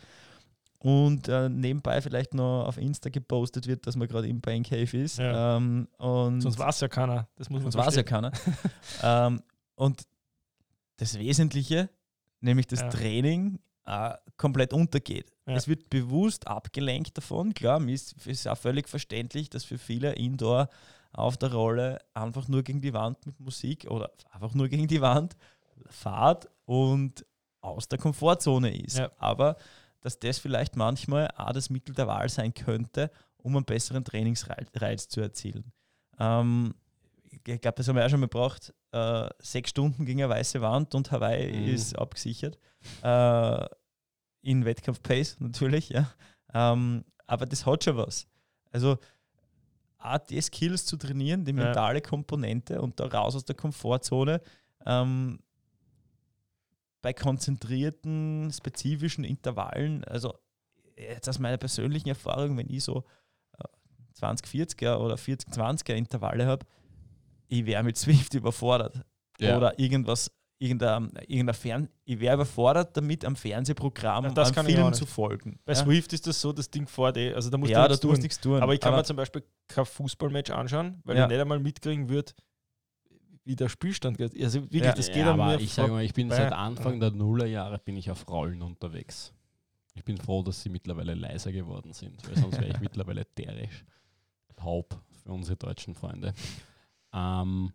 Und äh, nebenbei vielleicht noch auf Insta gepostet wird, dass man gerade im Pain Cave ist. Ja. Ähm, und Sonst weiß ja keiner. Das muss man Sonst weiß ja verstehen. keiner. ähm, und das Wesentliche, nämlich das Ja. Training, äh, komplett untergeht. Ja. Es wird bewusst abgelenkt davon. Klar, mir ist, ist auch völlig verständlich, dass für viele Indoor auf der Rolle einfach nur gegen die Wand mit Musik oder einfach nur gegen die Wand fahrt und aus der Komfortzone ist. Ja. Aber dass das vielleicht manchmal auch das Mittel der Wahl sein könnte, um einen besseren Trainingsreiz zu erzielen. Ähm, ich glaube, das haben wir auch schon mal gebraucht. Äh, sechs Stunden gegen eine weiße Wand und Hawaii Mhm. ist abgesichert. Äh, in Wettkampf-Pace natürlich, ja. Ähm, aber das hat schon was. Also auch die Skills zu trainieren, die Ja. mentale Komponente und da raus aus der Komfortzone, ähm, bei konzentrierten, spezifischen Intervallen, also jetzt aus meiner persönlichen Erfahrung, wenn ich so äh, zwanzig vierziger oder vierzig zwanziger Intervalle habe, ich wäre mit Swift überfordert. Ja. Oder irgendwas, irgendein, irgendein Fern ich wäre überfordert damit, am Fernsehprogramm, Ja, das am kann ich auch Film nicht. zu folgen. Bei ja? Swift ist das so, das Ding fährt eh. Also da musst Ja, du da nichts tust tun. nichts tun. Aber ich kann mir zum Beispiel kein Fußballmatch anschauen, weil Ja. ich nicht einmal mitkriegen würde, wie der Spielstand geht. Also wirklich, Ja. das geht ja, an aber mir ich sage vor- mal, ich bin bei- seit Anfang der Nullerjahre bin ich auf Rollen unterwegs. Ich bin froh, dass sie mittlerweile leiser geworden sind, weil sonst wäre ich mittlerweile derisch taub für unsere deutschen Freunde. Ähm,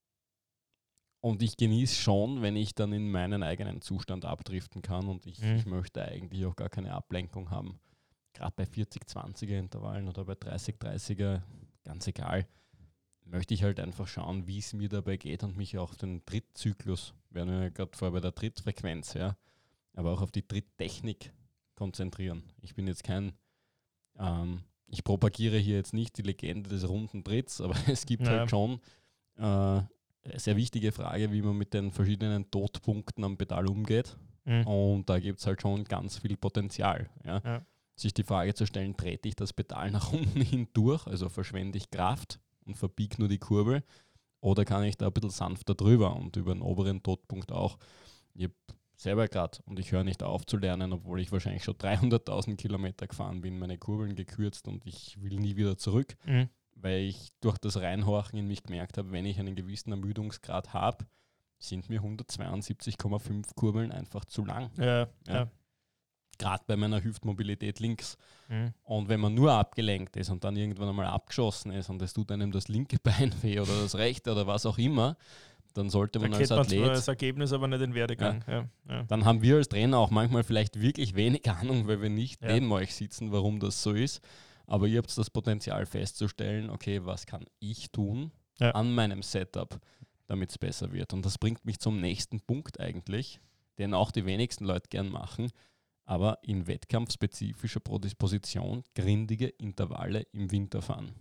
und ich genieße schon, wenn ich dann in meinen eigenen Zustand abdriften kann und ich, Mhm. ich möchte eigentlich auch gar keine Ablenkung haben. Gerade bei vierzig zwanziger Intervallen oder bei dreißig dreißiger, ganz egal, möchte ich halt einfach schauen, wie es mir dabei geht und mich auch auf den Trittzyklus, wir waren ja gerade vorher bei der Trittfrequenz, ja, aber auch auf die Tritttechnik konzentrieren. Ich bin jetzt kein, ähm, ich propagiere hier jetzt nicht die Legende des runden Tritts, aber es gibt Ja. halt schon äh, eine sehr wichtige Frage, wie man mit den verschiedenen Todpunkten am Pedal umgeht. Mhm. Und da gibt es halt schon ganz viel Potenzial. Ja. Ja. Sich die Frage zu stellen, trete ich das Pedal nach unten hin durch, also verschwende ich Kraft und verbiege nur die Kurbel, oder kann ich da ein bisschen sanfter drüber und über den oberen Todpunkt auch. Ich habe selber gerade, und ich höre nicht auf zu lernen, obwohl ich wahrscheinlich schon dreihunderttausend Kilometer gefahren bin, meine Kurbeln gekürzt und ich will nie wieder zurück, Mhm. weil ich durch das Reinhorchen in mich gemerkt habe, wenn ich einen gewissen Ermüdungsgrad habe, sind mir hundertzweiundsiebzig Komma fünf Kurbeln einfach zu lang. Ja, Ja. ja. Gerade bei meiner Hüftmobilität links. Mhm. Und wenn man nur abgelenkt ist und dann irgendwann einmal abgeschossen ist und es tut einem das linke Bein weh oder das rechte oder was auch immer, dann sollte Da man als kennt man zwar Athlet, das Ergebnis, aber nicht den Werdegang. Ja. Ja. dann haben wir als Trainer auch manchmal vielleicht wirklich wenig Ahnung, weil wir nicht Ja. neben euch sitzen, warum das so ist. Aber ihr habt das Potenzial festzustellen, okay, was kann ich tun Ja. an meinem Setup, damit es besser wird. Und das bringt mich zum nächsten Punkt eigentlich, den auch die wenigsten Leute gern machen, aber in wettkampfspezifischer Prodisposition grindige Intervalle im Winter fahren.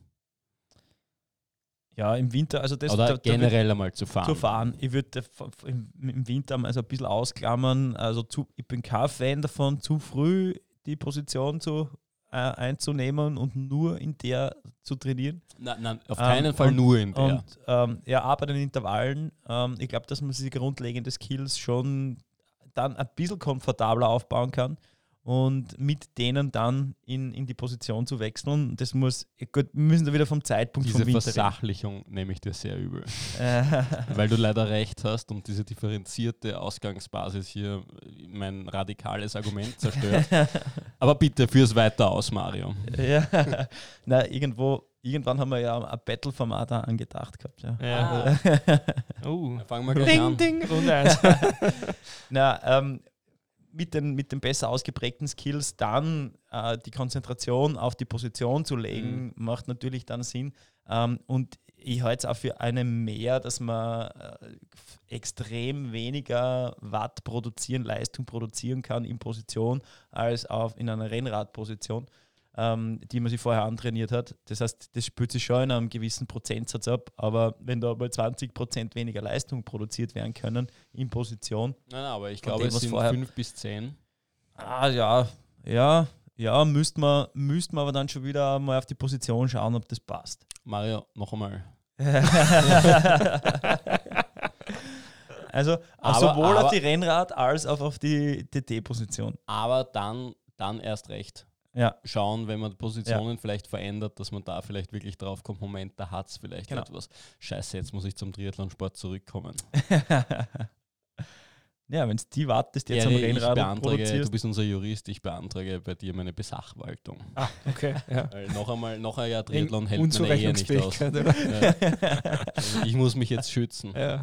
Ja, im Winter, also das Oder da- da generell einmal zu fahren. zu fahren. Ich würde im, im Winter mal so ein bisschen ausklammern. Also zu, ich bin kein Fan davon, zu früh die Position zu, äh, einzunehmen und nur in der zu trainieren. Nein, nein, auf Ähm, keinen Fall und- nur in der. Und ähm, ja, auch bei den Intervallen, ähm, ich glaube, dass man sich grundlegende Skills schon dann ein bisschen komfortabler aufbauen kann und mit denen dann in, in die Position zu wechseln. Das muss, gut, wir müssen da wieder vom Zeitpunkt Diese vom Winter reden. Versachlichung nehme ich dir sehr übel. Äh, Weil du leider recht hast und diese differenzierte Ausgangsbasis hier mein radikales Argument zerstört. Aber bitte, führ's weiter aus, Mario. ja, na, irgendwo, irgendwann haben wir ja ein Battle-Format angedacht gehabt. Ja. Ja. Oh. Fangen wir gleich an. Ding, ding, Runde eins. Na, ähm, mit den, mit den besser ausgeprägten Skills dann äh, die Konzentration auf die Position zu legen, Mhm. macht natürlich dann Sinn. Ähm, und ich halte es auch für eine mehr, dass man äh, extrem weniger Watt produzieren, Leistung produzieren kann in Position als auf, in einer Rennradposition, ähm, die man sich vorher antrainiert hat. Das heißt, das spürt sich schon in einem gewissen Prozentsatz ab, aber wenn da mal zwanzig Prozent weniger Leistung produziert werden können in Position, Nein, nein, aber ich Von glaube, dem, es was sind vorher- fünf bis zehn. ah ja, ja, ja, müsste man, müsst man aber dann schon wieder mal auf die Position schauen, ob das passt. Mario, noch einmal. Also Aber- sowohl aber- auf die Rennrad- als auch auf die T T-Position. Aber dann, dann erst recht Ja, schauen, wenn man Positionen vielleicht verändert, dass man da vielleicht wirklich drauf kommt, Moment, da hat es vielleicht Genau. etwas. Scheiße, jetzt muss ich zum Triathlonsport zurückkommen. Ja, wenn es die wartest, jetzt Ja, am ich Rennrad beantrage, du produzierst. bist unser Jurist, ich beantrage bei dir meine Besachwaltung. Ah, okay. Ja. Weil noch einmal, noch ein Jahr Triathlon hält meine Ehe nicht aus. Unzurechnungsfähigkeit, oder? Ja. Also ich muss mich jetzt schützen. Ja.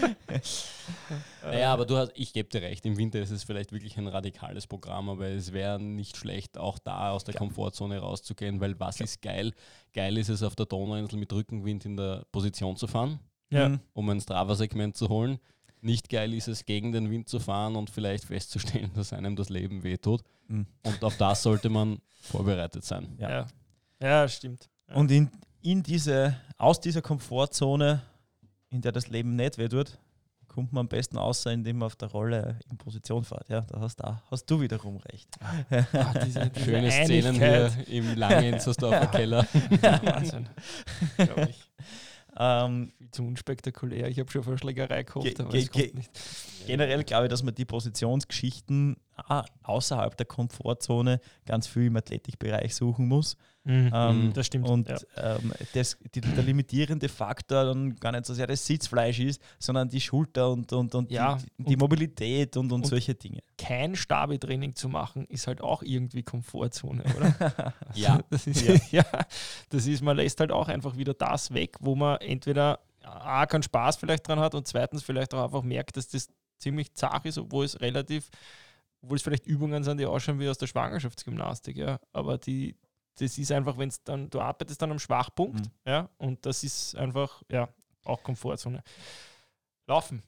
Naja, aber du hast, ich gebe dir recht, im Winter ist es vielleicht wirklich ein radikales Programm, aber es wäre nicht schlecht, auch da aus der Komfortzone rauszugehen, weil was ist geil? Geil ist es, auf der Donauinsel mit Rückenwind in der Position zu fahren, Ja. Mhm. um ein Strava-Segment zu holen. Nicht geil ist es, gegen den Wind zu fahren und vielleicht festzustellen, dass einem das Leben wehtut. Mhm. Und auf das sollte man vorbereitet sein. Ja. Ja. Ja, stimmt. Ja. Und in, in diese, aus dieser Komfortzone, in der das Leben nicht weh tut, kommt man am besten außer, indem man auf der Rolle in Position fährt. Ja, da hast, da hast du wiederum recht. Ah, diese, diese Schöne Szenen hier Einigkeit. im Langenzersdorfer Keller. Wahnsinn. Glaub ich. Ähm, Viel zu unspektakulär. Ich habe schon vor Schlägerei gehofft, Ge- aber ge- es kommt ge- nicht. Generell glaube ich, dass man die Positionsgeschichten ah, außerhalb der Komfortzone ganz viel im Athletikbereich suchen muss. Mhm. Ähm, Das stimmt. Und ja. ähm, das, die, der limitierende Faktor dann gar nicht so sehr das Sitzfleisch ist, sondern die Schulter und, und, und Ja, die, die und- Mobilität und, und, und- solche Dinge. Kein Stabi-Training zu machen, ist halt auch irgendwie Komfortzone, oder? Ja, Das ist, Ja. ja. das ist, man lässt halt auch einfach wieder das weg, wo man entweder A, keinen Spaß vielleicht dran hat und zweitens vielleicht auch einfach merkt, dass das ziemlich zart ist, obwohl es relativ, obwohl es vielleicht Übungen sind, die ausschauen wie aus der Schwangerschaftsgymnastik, ja. Aber die, das ist einfach, wenn es dann, du arbeitest dann am Schwachpunkt, Mhm. ja, und das ist einfach, ja, auch Komfortzone. Laufen.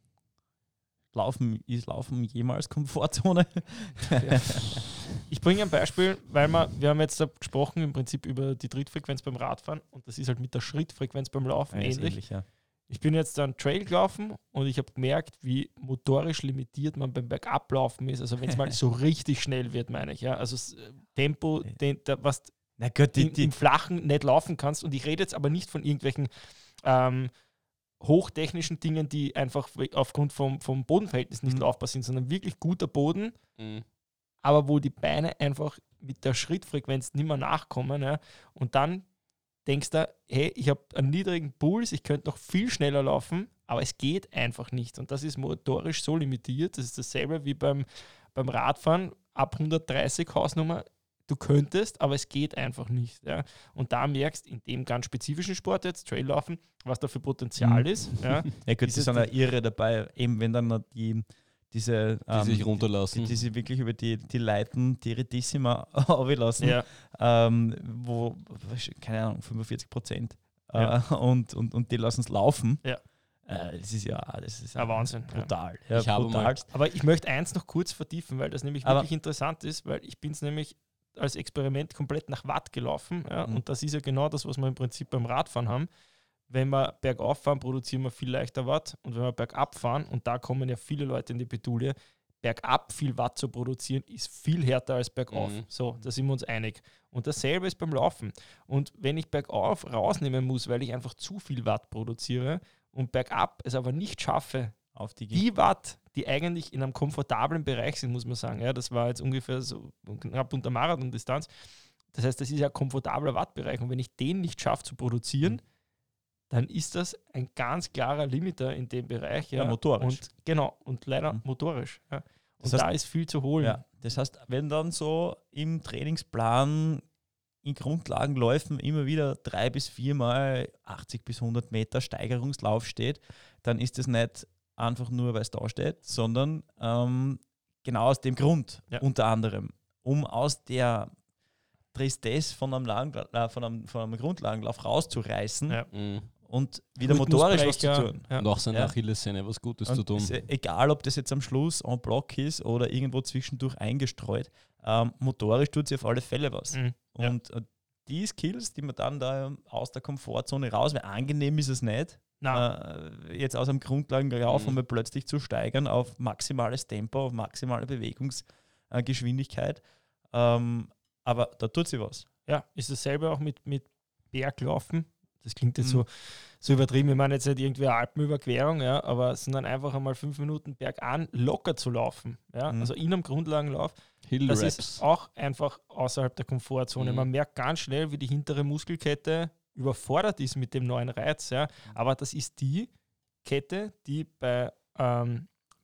Laufen ist Laufen jemals Komfortzone? Ja. Ich bringe ein Beispiel, weil wir, wir haben jetzt da gesprochen im Prinzip über die Trittfrequenz beim Radfahren und das ist halt mit der Schrittfrequenz beim Laufen Ja, ist ähnlich. ähnlich, ja. Ich bin jetzt einen Trail gelaufen und ich habe gemerkt, wie motorisch limitiert man beim Bergablaufen ist. Also wenn es mal so richtig schnell wird, meine ich. Ja. Also das äh, Tempo, den, der, was Na Gott, die, im, die, im Flachen nicht laufen kannst. Und ich rede jetzt aber nicht von irgendwelchen ähm, hochtechnischen Dingen, die einfach aufgrund vom, vom Bodenverhältnis nicht Mhm. laufbar sind, sondern wirklich guter Boden, Mhm. aber wo die Beine einfach mit der Schrittfrequenz nicht mehr nachkommen. Ja. Und dann denkst du, hey, ich habe einen niedrigen Puls, ich könnte noch viel schneller laufen, aber es geht einfach nicht. Und das ist motorisch so limitiert. Das ist dasselbe wie beim, beim Radfahren ab hundertdreißig Hausnummer. Du könntest, aber es geht einfach nicht. Ja. Und da merkst in dem ganz spezifischen Sport jetzt, Traillaufen, was da für Potenzial Mhm. ist. Ja. ja, gut, ist die es sind die- ja irre dabei, eben wenn dann noch die, diese, Die ähm, sich runterlassen. die, die sich wirklich über die, die Leiten, die Iridissima runterlassen, Ja. ähm, wo, keine Ahnung, fünfundvierzig Prozent äh, Ja. und, und, und die lassen es laufen. Ja. Äh, das ist ja, das ist Ein Wahnsinn, ja. brutal. Ja, Ich habe brutal. mal- Aber ich möchte eins noch kurz vertiefen, weil das nämlich Aber- wirklich interessant ist, weil ich bin es nämlich als Experiment komplett nach Watt gelaufen. Ja, Mhm. Und das ist ja genau das, was wir im Prinzip beim Radfahren haben. Wenn wir bergauf fahren, produzieren wir viel leichter Watt. Und wenn wir bergab fahren, und da kommen ja viele Leute in die Bedulie, bergab viel Watt zu produzieren, ist viel härter als bergauf. Mhm. So, da sind wir uns einig. Und dasselbe ist beim Laufen. Und wenn ich bergauf rausnehmen muss, weil ich einfach zu viel Watt produziere und bergab es aber nicht schaffe, Auf die, die Watt, die eigentlich in einem komfortablen Bereich sind, muss man sagen. Ja, das war jetzt ungefähr so knapp unter Marathon-Distanz. Das heißt, das ist ja ein komfortabler Wattbereich. Und wenn ich den nicht schaffe zu produzieren, dann ist das ein ganz klarer Limiter in dem Bereich. Ja, Ja, motorisch. Und, genau, und leider Mhm. motorisch. Ja. Und Das heißt- da ist viel zu holen. Ja, das heißt, wenn dann so im Trainingsplan in Grundlagenläufen immer wieder drei bis viermal achtzig bis hundert Meter Steigerungslauf steht, dann ist das nicht einfach nur, weil es da steht, sondern ähm, genau aus dem Grund, Ja. unter anderem, um aus der Tristesse von einem, Lang äh, von einem, von einem Grundlagenlauf rauszureißen Ja. Mhm. und wieder motorisch was zu Rhythmusbrecher, tun. Ja. Und auch seiner Ja. Achillessehne was Gutes Und zu tun. ist e- egal, ob das jetzt am Schluss en bloc ist oder irgendwo zwischendurch eingestreut, ähm, motorisch tut sie auf alle Fälle was. Mhm. Ja. Und äh, die Skills, die man dann da ähm, aus der Komfortzone raus, weil angenehm ist es nicht, Nein. äh, jetzt aus einem Grundlagenlauf Mhm. um mal plötzlich zu steigern auf maximales Tempo, auf maximale Bewegungsgeschwindigkeit. Ähm, aber da tut sie was. Ja, ist dasselbe auch mit, mit Berglaufen. Das klingt jetzt Mhm. so, so übertrieben. Ich meine jetzt nicht irgendwie eine Alpenüberquerung, ja, aber es sind dann einfach einmal fünf Minuten bergan locker zu laufen. Ja? Mhm. Also in einem Grundlagenlauf. Hill Das Raps. ist auch einfach außerhalb der Komfortzone. Mhm. Man merkt ganz schnell, wie die hintere Muskelkette überfordert ist mit dem neuen Reiz. Ja? Aber das ist die Kette, die bei, ähm,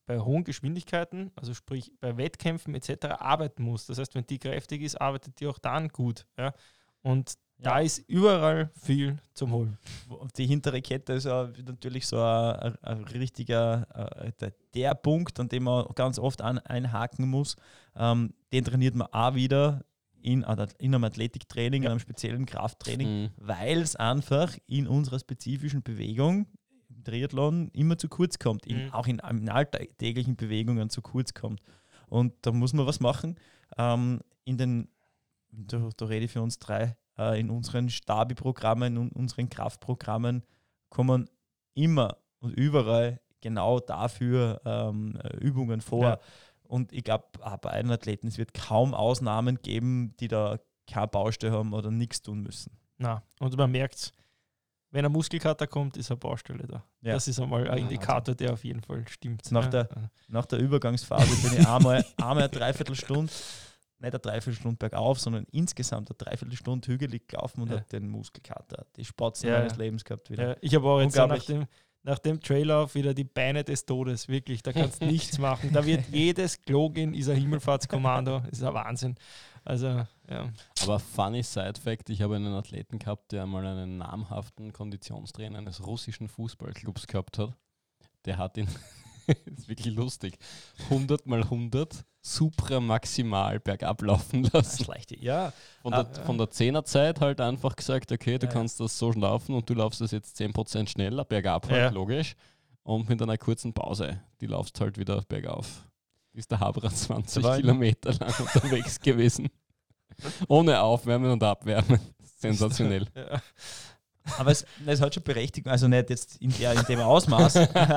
bei hohen Geschwindigkeiten, also sprich bei Wettkämpfen et cetera, arbeiten muss. Das heißt, wenn die kräftig ist, arbeitet die auch dann gut. Ja? Und Ja. da ist überall viel zum Holen. Die hintere Kette ist ja natürlich so ein, ein, ein richtiger, äh, der, der Punkt, an dem man ganz oft an, einhaken muss. Ähm, den trainiert man auch wieder in, in einem Athletiktraining, Ja. in einem speziellen Krafttraining, Mhm. weil es einfach in unserer spezifischen Bewegung im Triathlon immer zu kurz kommt, in, Mhm. auch in, in alltäglichen Bewegungen zu kurz kommt. Und da muss man was machen. Ähm, in den, da, da rede ich für uns drei, äh, in unseren Stabi-Programmen und unseren Kraftprogrammen kommen immer und überall genau dafür ähm, Übungen vor. Ja. Und ich glaube, auch bei allen Athleten, es wird kaum Ausnahmen geben, die da keine Baustelle haben oder nichts tun müssen. Na, und man merkt, wenn ein Muskelkater kommt, ist eine Baustelle da. Ja. Das ist einmal ein Ja, Indikator, der auf jeden Fall stimmt. Nach ja. der- Nach der Übergangsphase bin ich einmal, einmal eine Dreiviertelstunde, nicht eine Dreiviertelstunde bergauf, sondern insgesamt eine Dreiviertelstunde hügelig gelaufen und Ja. habe den Muskelkater, die Spatzen Ja, meines ja. Lebens gehabt wieder. Ja, ich habe auch jetzt so nach Unglaublich. dem, nach dem Trailauf wieder die Beine des Todes, wirklich. Da kannst du nichts machen. Da wird jedes Klo gehen, ist ein Himmelfahrtskommando. Das ist ein Wahnsinn. Also, ja. Aber funny Side-Fact, ich habe einen Athleten gehabt, der mal einen namhaften Konditionstrainer eines russischen Fußballclubs gehabt hat. Der hat ihn, ist wirklich lustig, hundert mal hundert supra maximal bergab laufen lassen. Schlechte. Ja, Von Ah, der, ja. von der Zehnerzeit halt einfach gesagt, okay, du Ja, ja. kannst das so laufen und du laufst das jetzt zehn Prozent schneller, bergab halt, Ja. logisch. Und mit einer kurzen Pause, die laufst halt wieder bergauf. Ist der Haberer zwanzig Da war ich- Kilometer lang unterwegs gewesen. Ohne Aufwärmen und Abwärmen. Sensationell. Ja. aber es, es hat schon Berechtigung, also nicht jetzt in, der, in dem Ausmaß,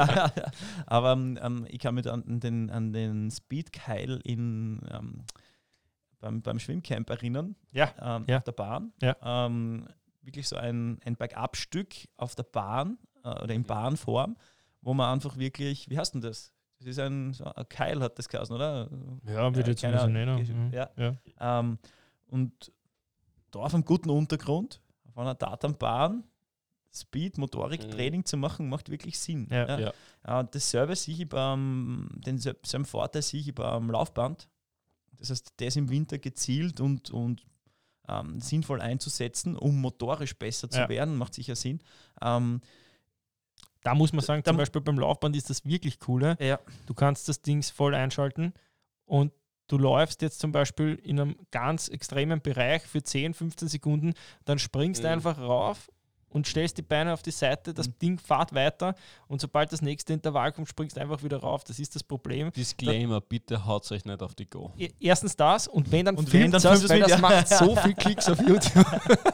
aber ähm, ich kann mich an den, an den Speedkeil in, ähm, beim, beim Schwimmcamp erinnern, Ja. ähm, Ja. auf der Bahn. Ja. Ähm, wirklich so ein, ein Bergabstück auf der Bahn äh, oder in Bahnform, wo man einfach wirklich, wie heißt denn das? Das ist ein, so ein Keil, hat das geheißen, oder? Ja, würde Ja, ich jetzt keine mal so Ahnung. nennen. Ja. Ja. Ähm, und da auf einem guten Untergrund, auf einer Tatanbahn, Speed, Motorik, Mhm. Training zu machen, macht wirklich Sinn. Ja. Ja. Äh, dasselbe sehe ich beim, den selben Vorteil sehe ich beim Laufband. Das heißt, das im Winter gezielt und, und ähm, sinnvoll einzusetzen, um motorisch besser zu Ja. werden, macht sicher Sinn. Ähm, Da muss man sagen, Da- zum Beispiel beim Laufband ist das wirklich Coole. ja. Du kannst das Ding voll einschalten und du läufst jetzt zum Beispiel in einem ganz extremen Bereich für zehn, fünfzehn Sekunden, dann springst du Mhm. einfach rauf und stellst die Beine auf die Seite, das Mhm. Ding fährt weiter und sobald das nächste Intervall kommt, springst du einfach wieder rauf. Das ist das Problem. Disclaimer, bitte haut euch nicht auf die Go. E- Erstens das und wenn dann Und wenn, filmt dann das, filmt es weil mit, das ja. macht so viel Klicks auf YouTube.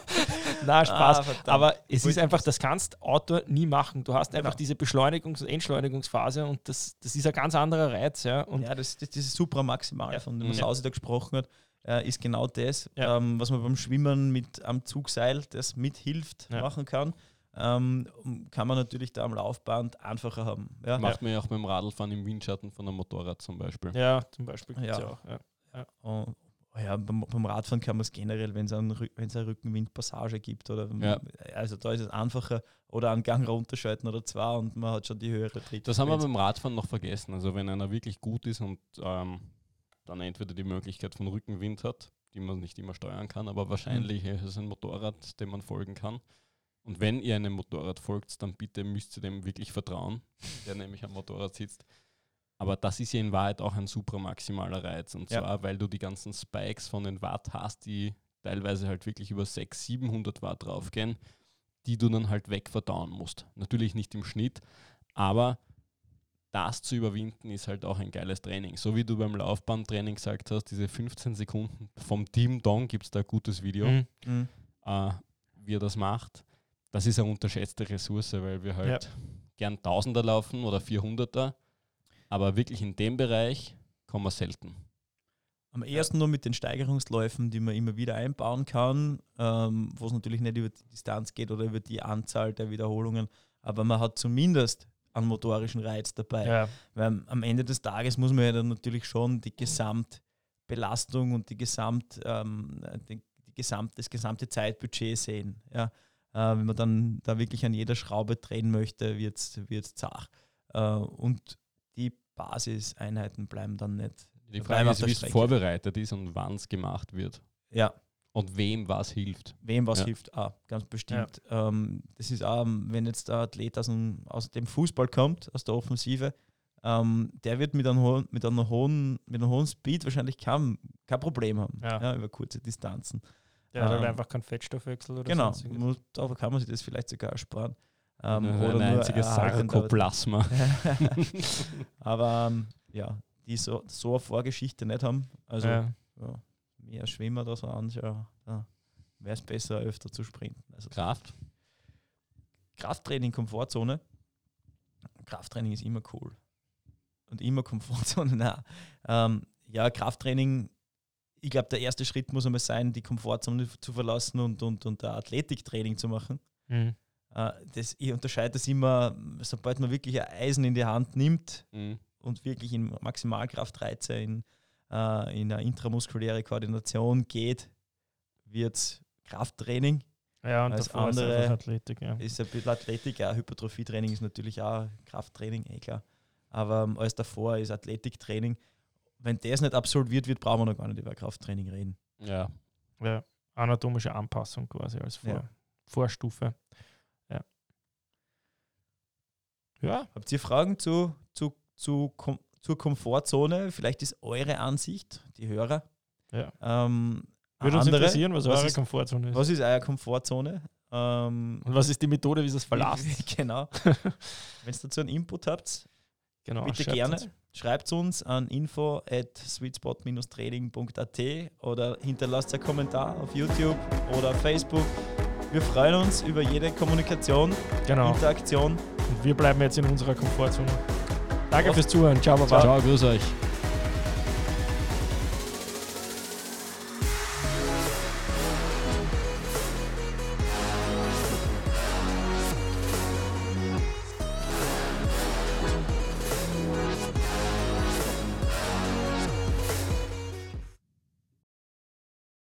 Na, Spaß. Ah, verdammt. Aber es Wollte ist einfach, das kannst du Outdoor nie machen. Du hast einfach Genau. diese Beschleunigungs- und Entschleunigungsphase und das, das ist ein ganz anderer Reiz. Ja. Und ja, das, das, dieses Supra-Maximal, Ja. von dem Mhm. Sausi da gesprochen hat, äh, ist genau das, Ja. ähm, was man beim Schwimmen mit am Zugseil, das mithilft, Ja. machen kann. Ähm, kann man natürlich da am Laufband einfacher haben. Ja. Macht man ja auch beim Radlfahren im Windschatten von einem Motorrad zum Beispiel. ja, zum Beispiel gibt's Ja. ja auch. Ja. Und, oh ja, beim, beim Radfahren kann man es generell, wenn es einen Rü- wenn's eine Rückenwindpassage gibt, oder Ja. also da ist es einfacher, oder einen Gang runterschalten oder zwei und man hat schon die höhere Tritt. Das haben wir beim Radfahren noch vergessen. Also wenn einer wirklich gut ist und ähm, dann entweder die Möglichkeit von Rückenwind hat, die man nicht immer steuern kann, aber wahrscheinlich ist es ein Motorrad, dem man folgen kann. Und wenn ihr einem Motorrad folgt, dann bitte müsst ihr dem wirklich vertrauen, der nämlich am Motorrad sitzt. Aber das ist ja in Wahrheit auch ein supramaximaler Reiz. Und Ja. zwar, weil du die ganzen Spikes von den Watt hast, die teilweise halt wirklich über sechshundert, siebenhundert Watt draufgehen, die du dann halt wegverdauen musst. Natürlich nicht im Schnitt, aber das zu überwinden ist halt auch ein geiles Training. So wie du beim Laufbahntraining gesagt hast, diese fünfzehn Sekunden vom Team Dong gibt es da ein gutes Video, Mhm. Mhm. äh, wie er das macht. Das ist eine unterschätzte Ressource, weil wir halt gern Tausender laufen oder vierhunderter, aber wirklich in dem Bereich kommen wir selten. Am ersten nur mit den Steigerungsläufen, die man immer wieder einbauen kann, ähm, wo es natürlich nicht über die Distanz geht oder über die Anzahl der Wiederholungen, aber man hat zumindest einen motorischen Reiz dabei. Ja. Weil am Ende des Tages muss man ja dann natürlich schon die Gesamtbelastung und die Gesamt, ähm, die, die Gesamt, das gesamte Zeitbudget sehen. Ja? Äh, wenn man dann da wirklich an jeder Schraube drehen möchte, wird es zart. Äh, und die Basiseinheiten bleiben dann nicht. Die bleiben Frage auf ist, der wie es Strecke. vorbereitet ist und wann es gemacht wird. Ja, Und wem was hilft. wem was Ja. hilft, auch ganz bestimmt. Ähm, das ist auch, wenn jetzt der Athlet aus dem, aus dem Fußball kommt, aus der Offensive, ähm, der wird mit einem hohen, mit einer hohen, mit einem hohen Speed wahrscheinlich kein, kein Problem haben, Ja. ja, über kurze Distanzen. Der hat halt Ähm, einfach keinen Fettstoffwechsel oder Genau, sonstiges. muss- da kann man sich das vielleicht sogar ersparen. Ähm, ein oder nur einziges erhalten, aber- Sarkoplasma. Aber ähm, ja, die so, so eine Vorgeschichte nicht haben, also ja. ja, mehr Schwimmer da so anschauen, da wäre es besser, öfter zu sprinten. Also Kraft. Krafttraining, Komfortzone. Krafttraining ist immer cool. Und immer Komfortzone, nein. Ähm, ja, Krafttraining, ich glaube, der erste Schritt muss einmal sein, die Komfortzone zu verlassen und, und, und ein Athletiktraining zu machen. Mhm. Äh, das, ich unterscheide das immer, sobald man wirklich ein Eisen in die Hand nimmt Mhm. und wirklich in Maximalkraftreize, in, äh, in eine intramuskuläre Koordination geht, wird es Krafttraining. Ja, und Als davor ist andere- einfach Athletik, ja. Ist ein bisschen Athletik, auch Hypertrophietraining ist natürlich auch Krafttraining, eh klar. Aber ähm, alles davor ist Athletiktraining. Wenn das nicht absolviert wird, brauchen wir noch gar nicht über Krafttraining reden. Ja. ja. Anatomische Anpassung quasi als Vor Ja. Vorstufe. Ja. Ja, Habt ihr Fragen zu, zu, zu, kom zur Komfortzone? Vielleicht ist eure Ansicht, die Hörer. ja. Ähm, Würde uns andere, interessieren, was, was eure ist- Komfortzone ist. Was ist eure Komfortzone? Ähm, Und was ist die Methode, wie ihr es verlasst? genau. Wenn ihr dazu einen Input habt, Genau, bitte schreibt gerne. uns. Schreibt uns an info at sweetspot training punkt a t oder hinterlasst einen Kommentar auf YouTube oder Facebook. Wir freuen uns über jede Kommunikation, Genau. Interaktion. Und wir bleiben jetzt in unserer Komfortzone. Danke Auf- fürs Zuhören. Ciao, Baba. Ciao, grüß euch.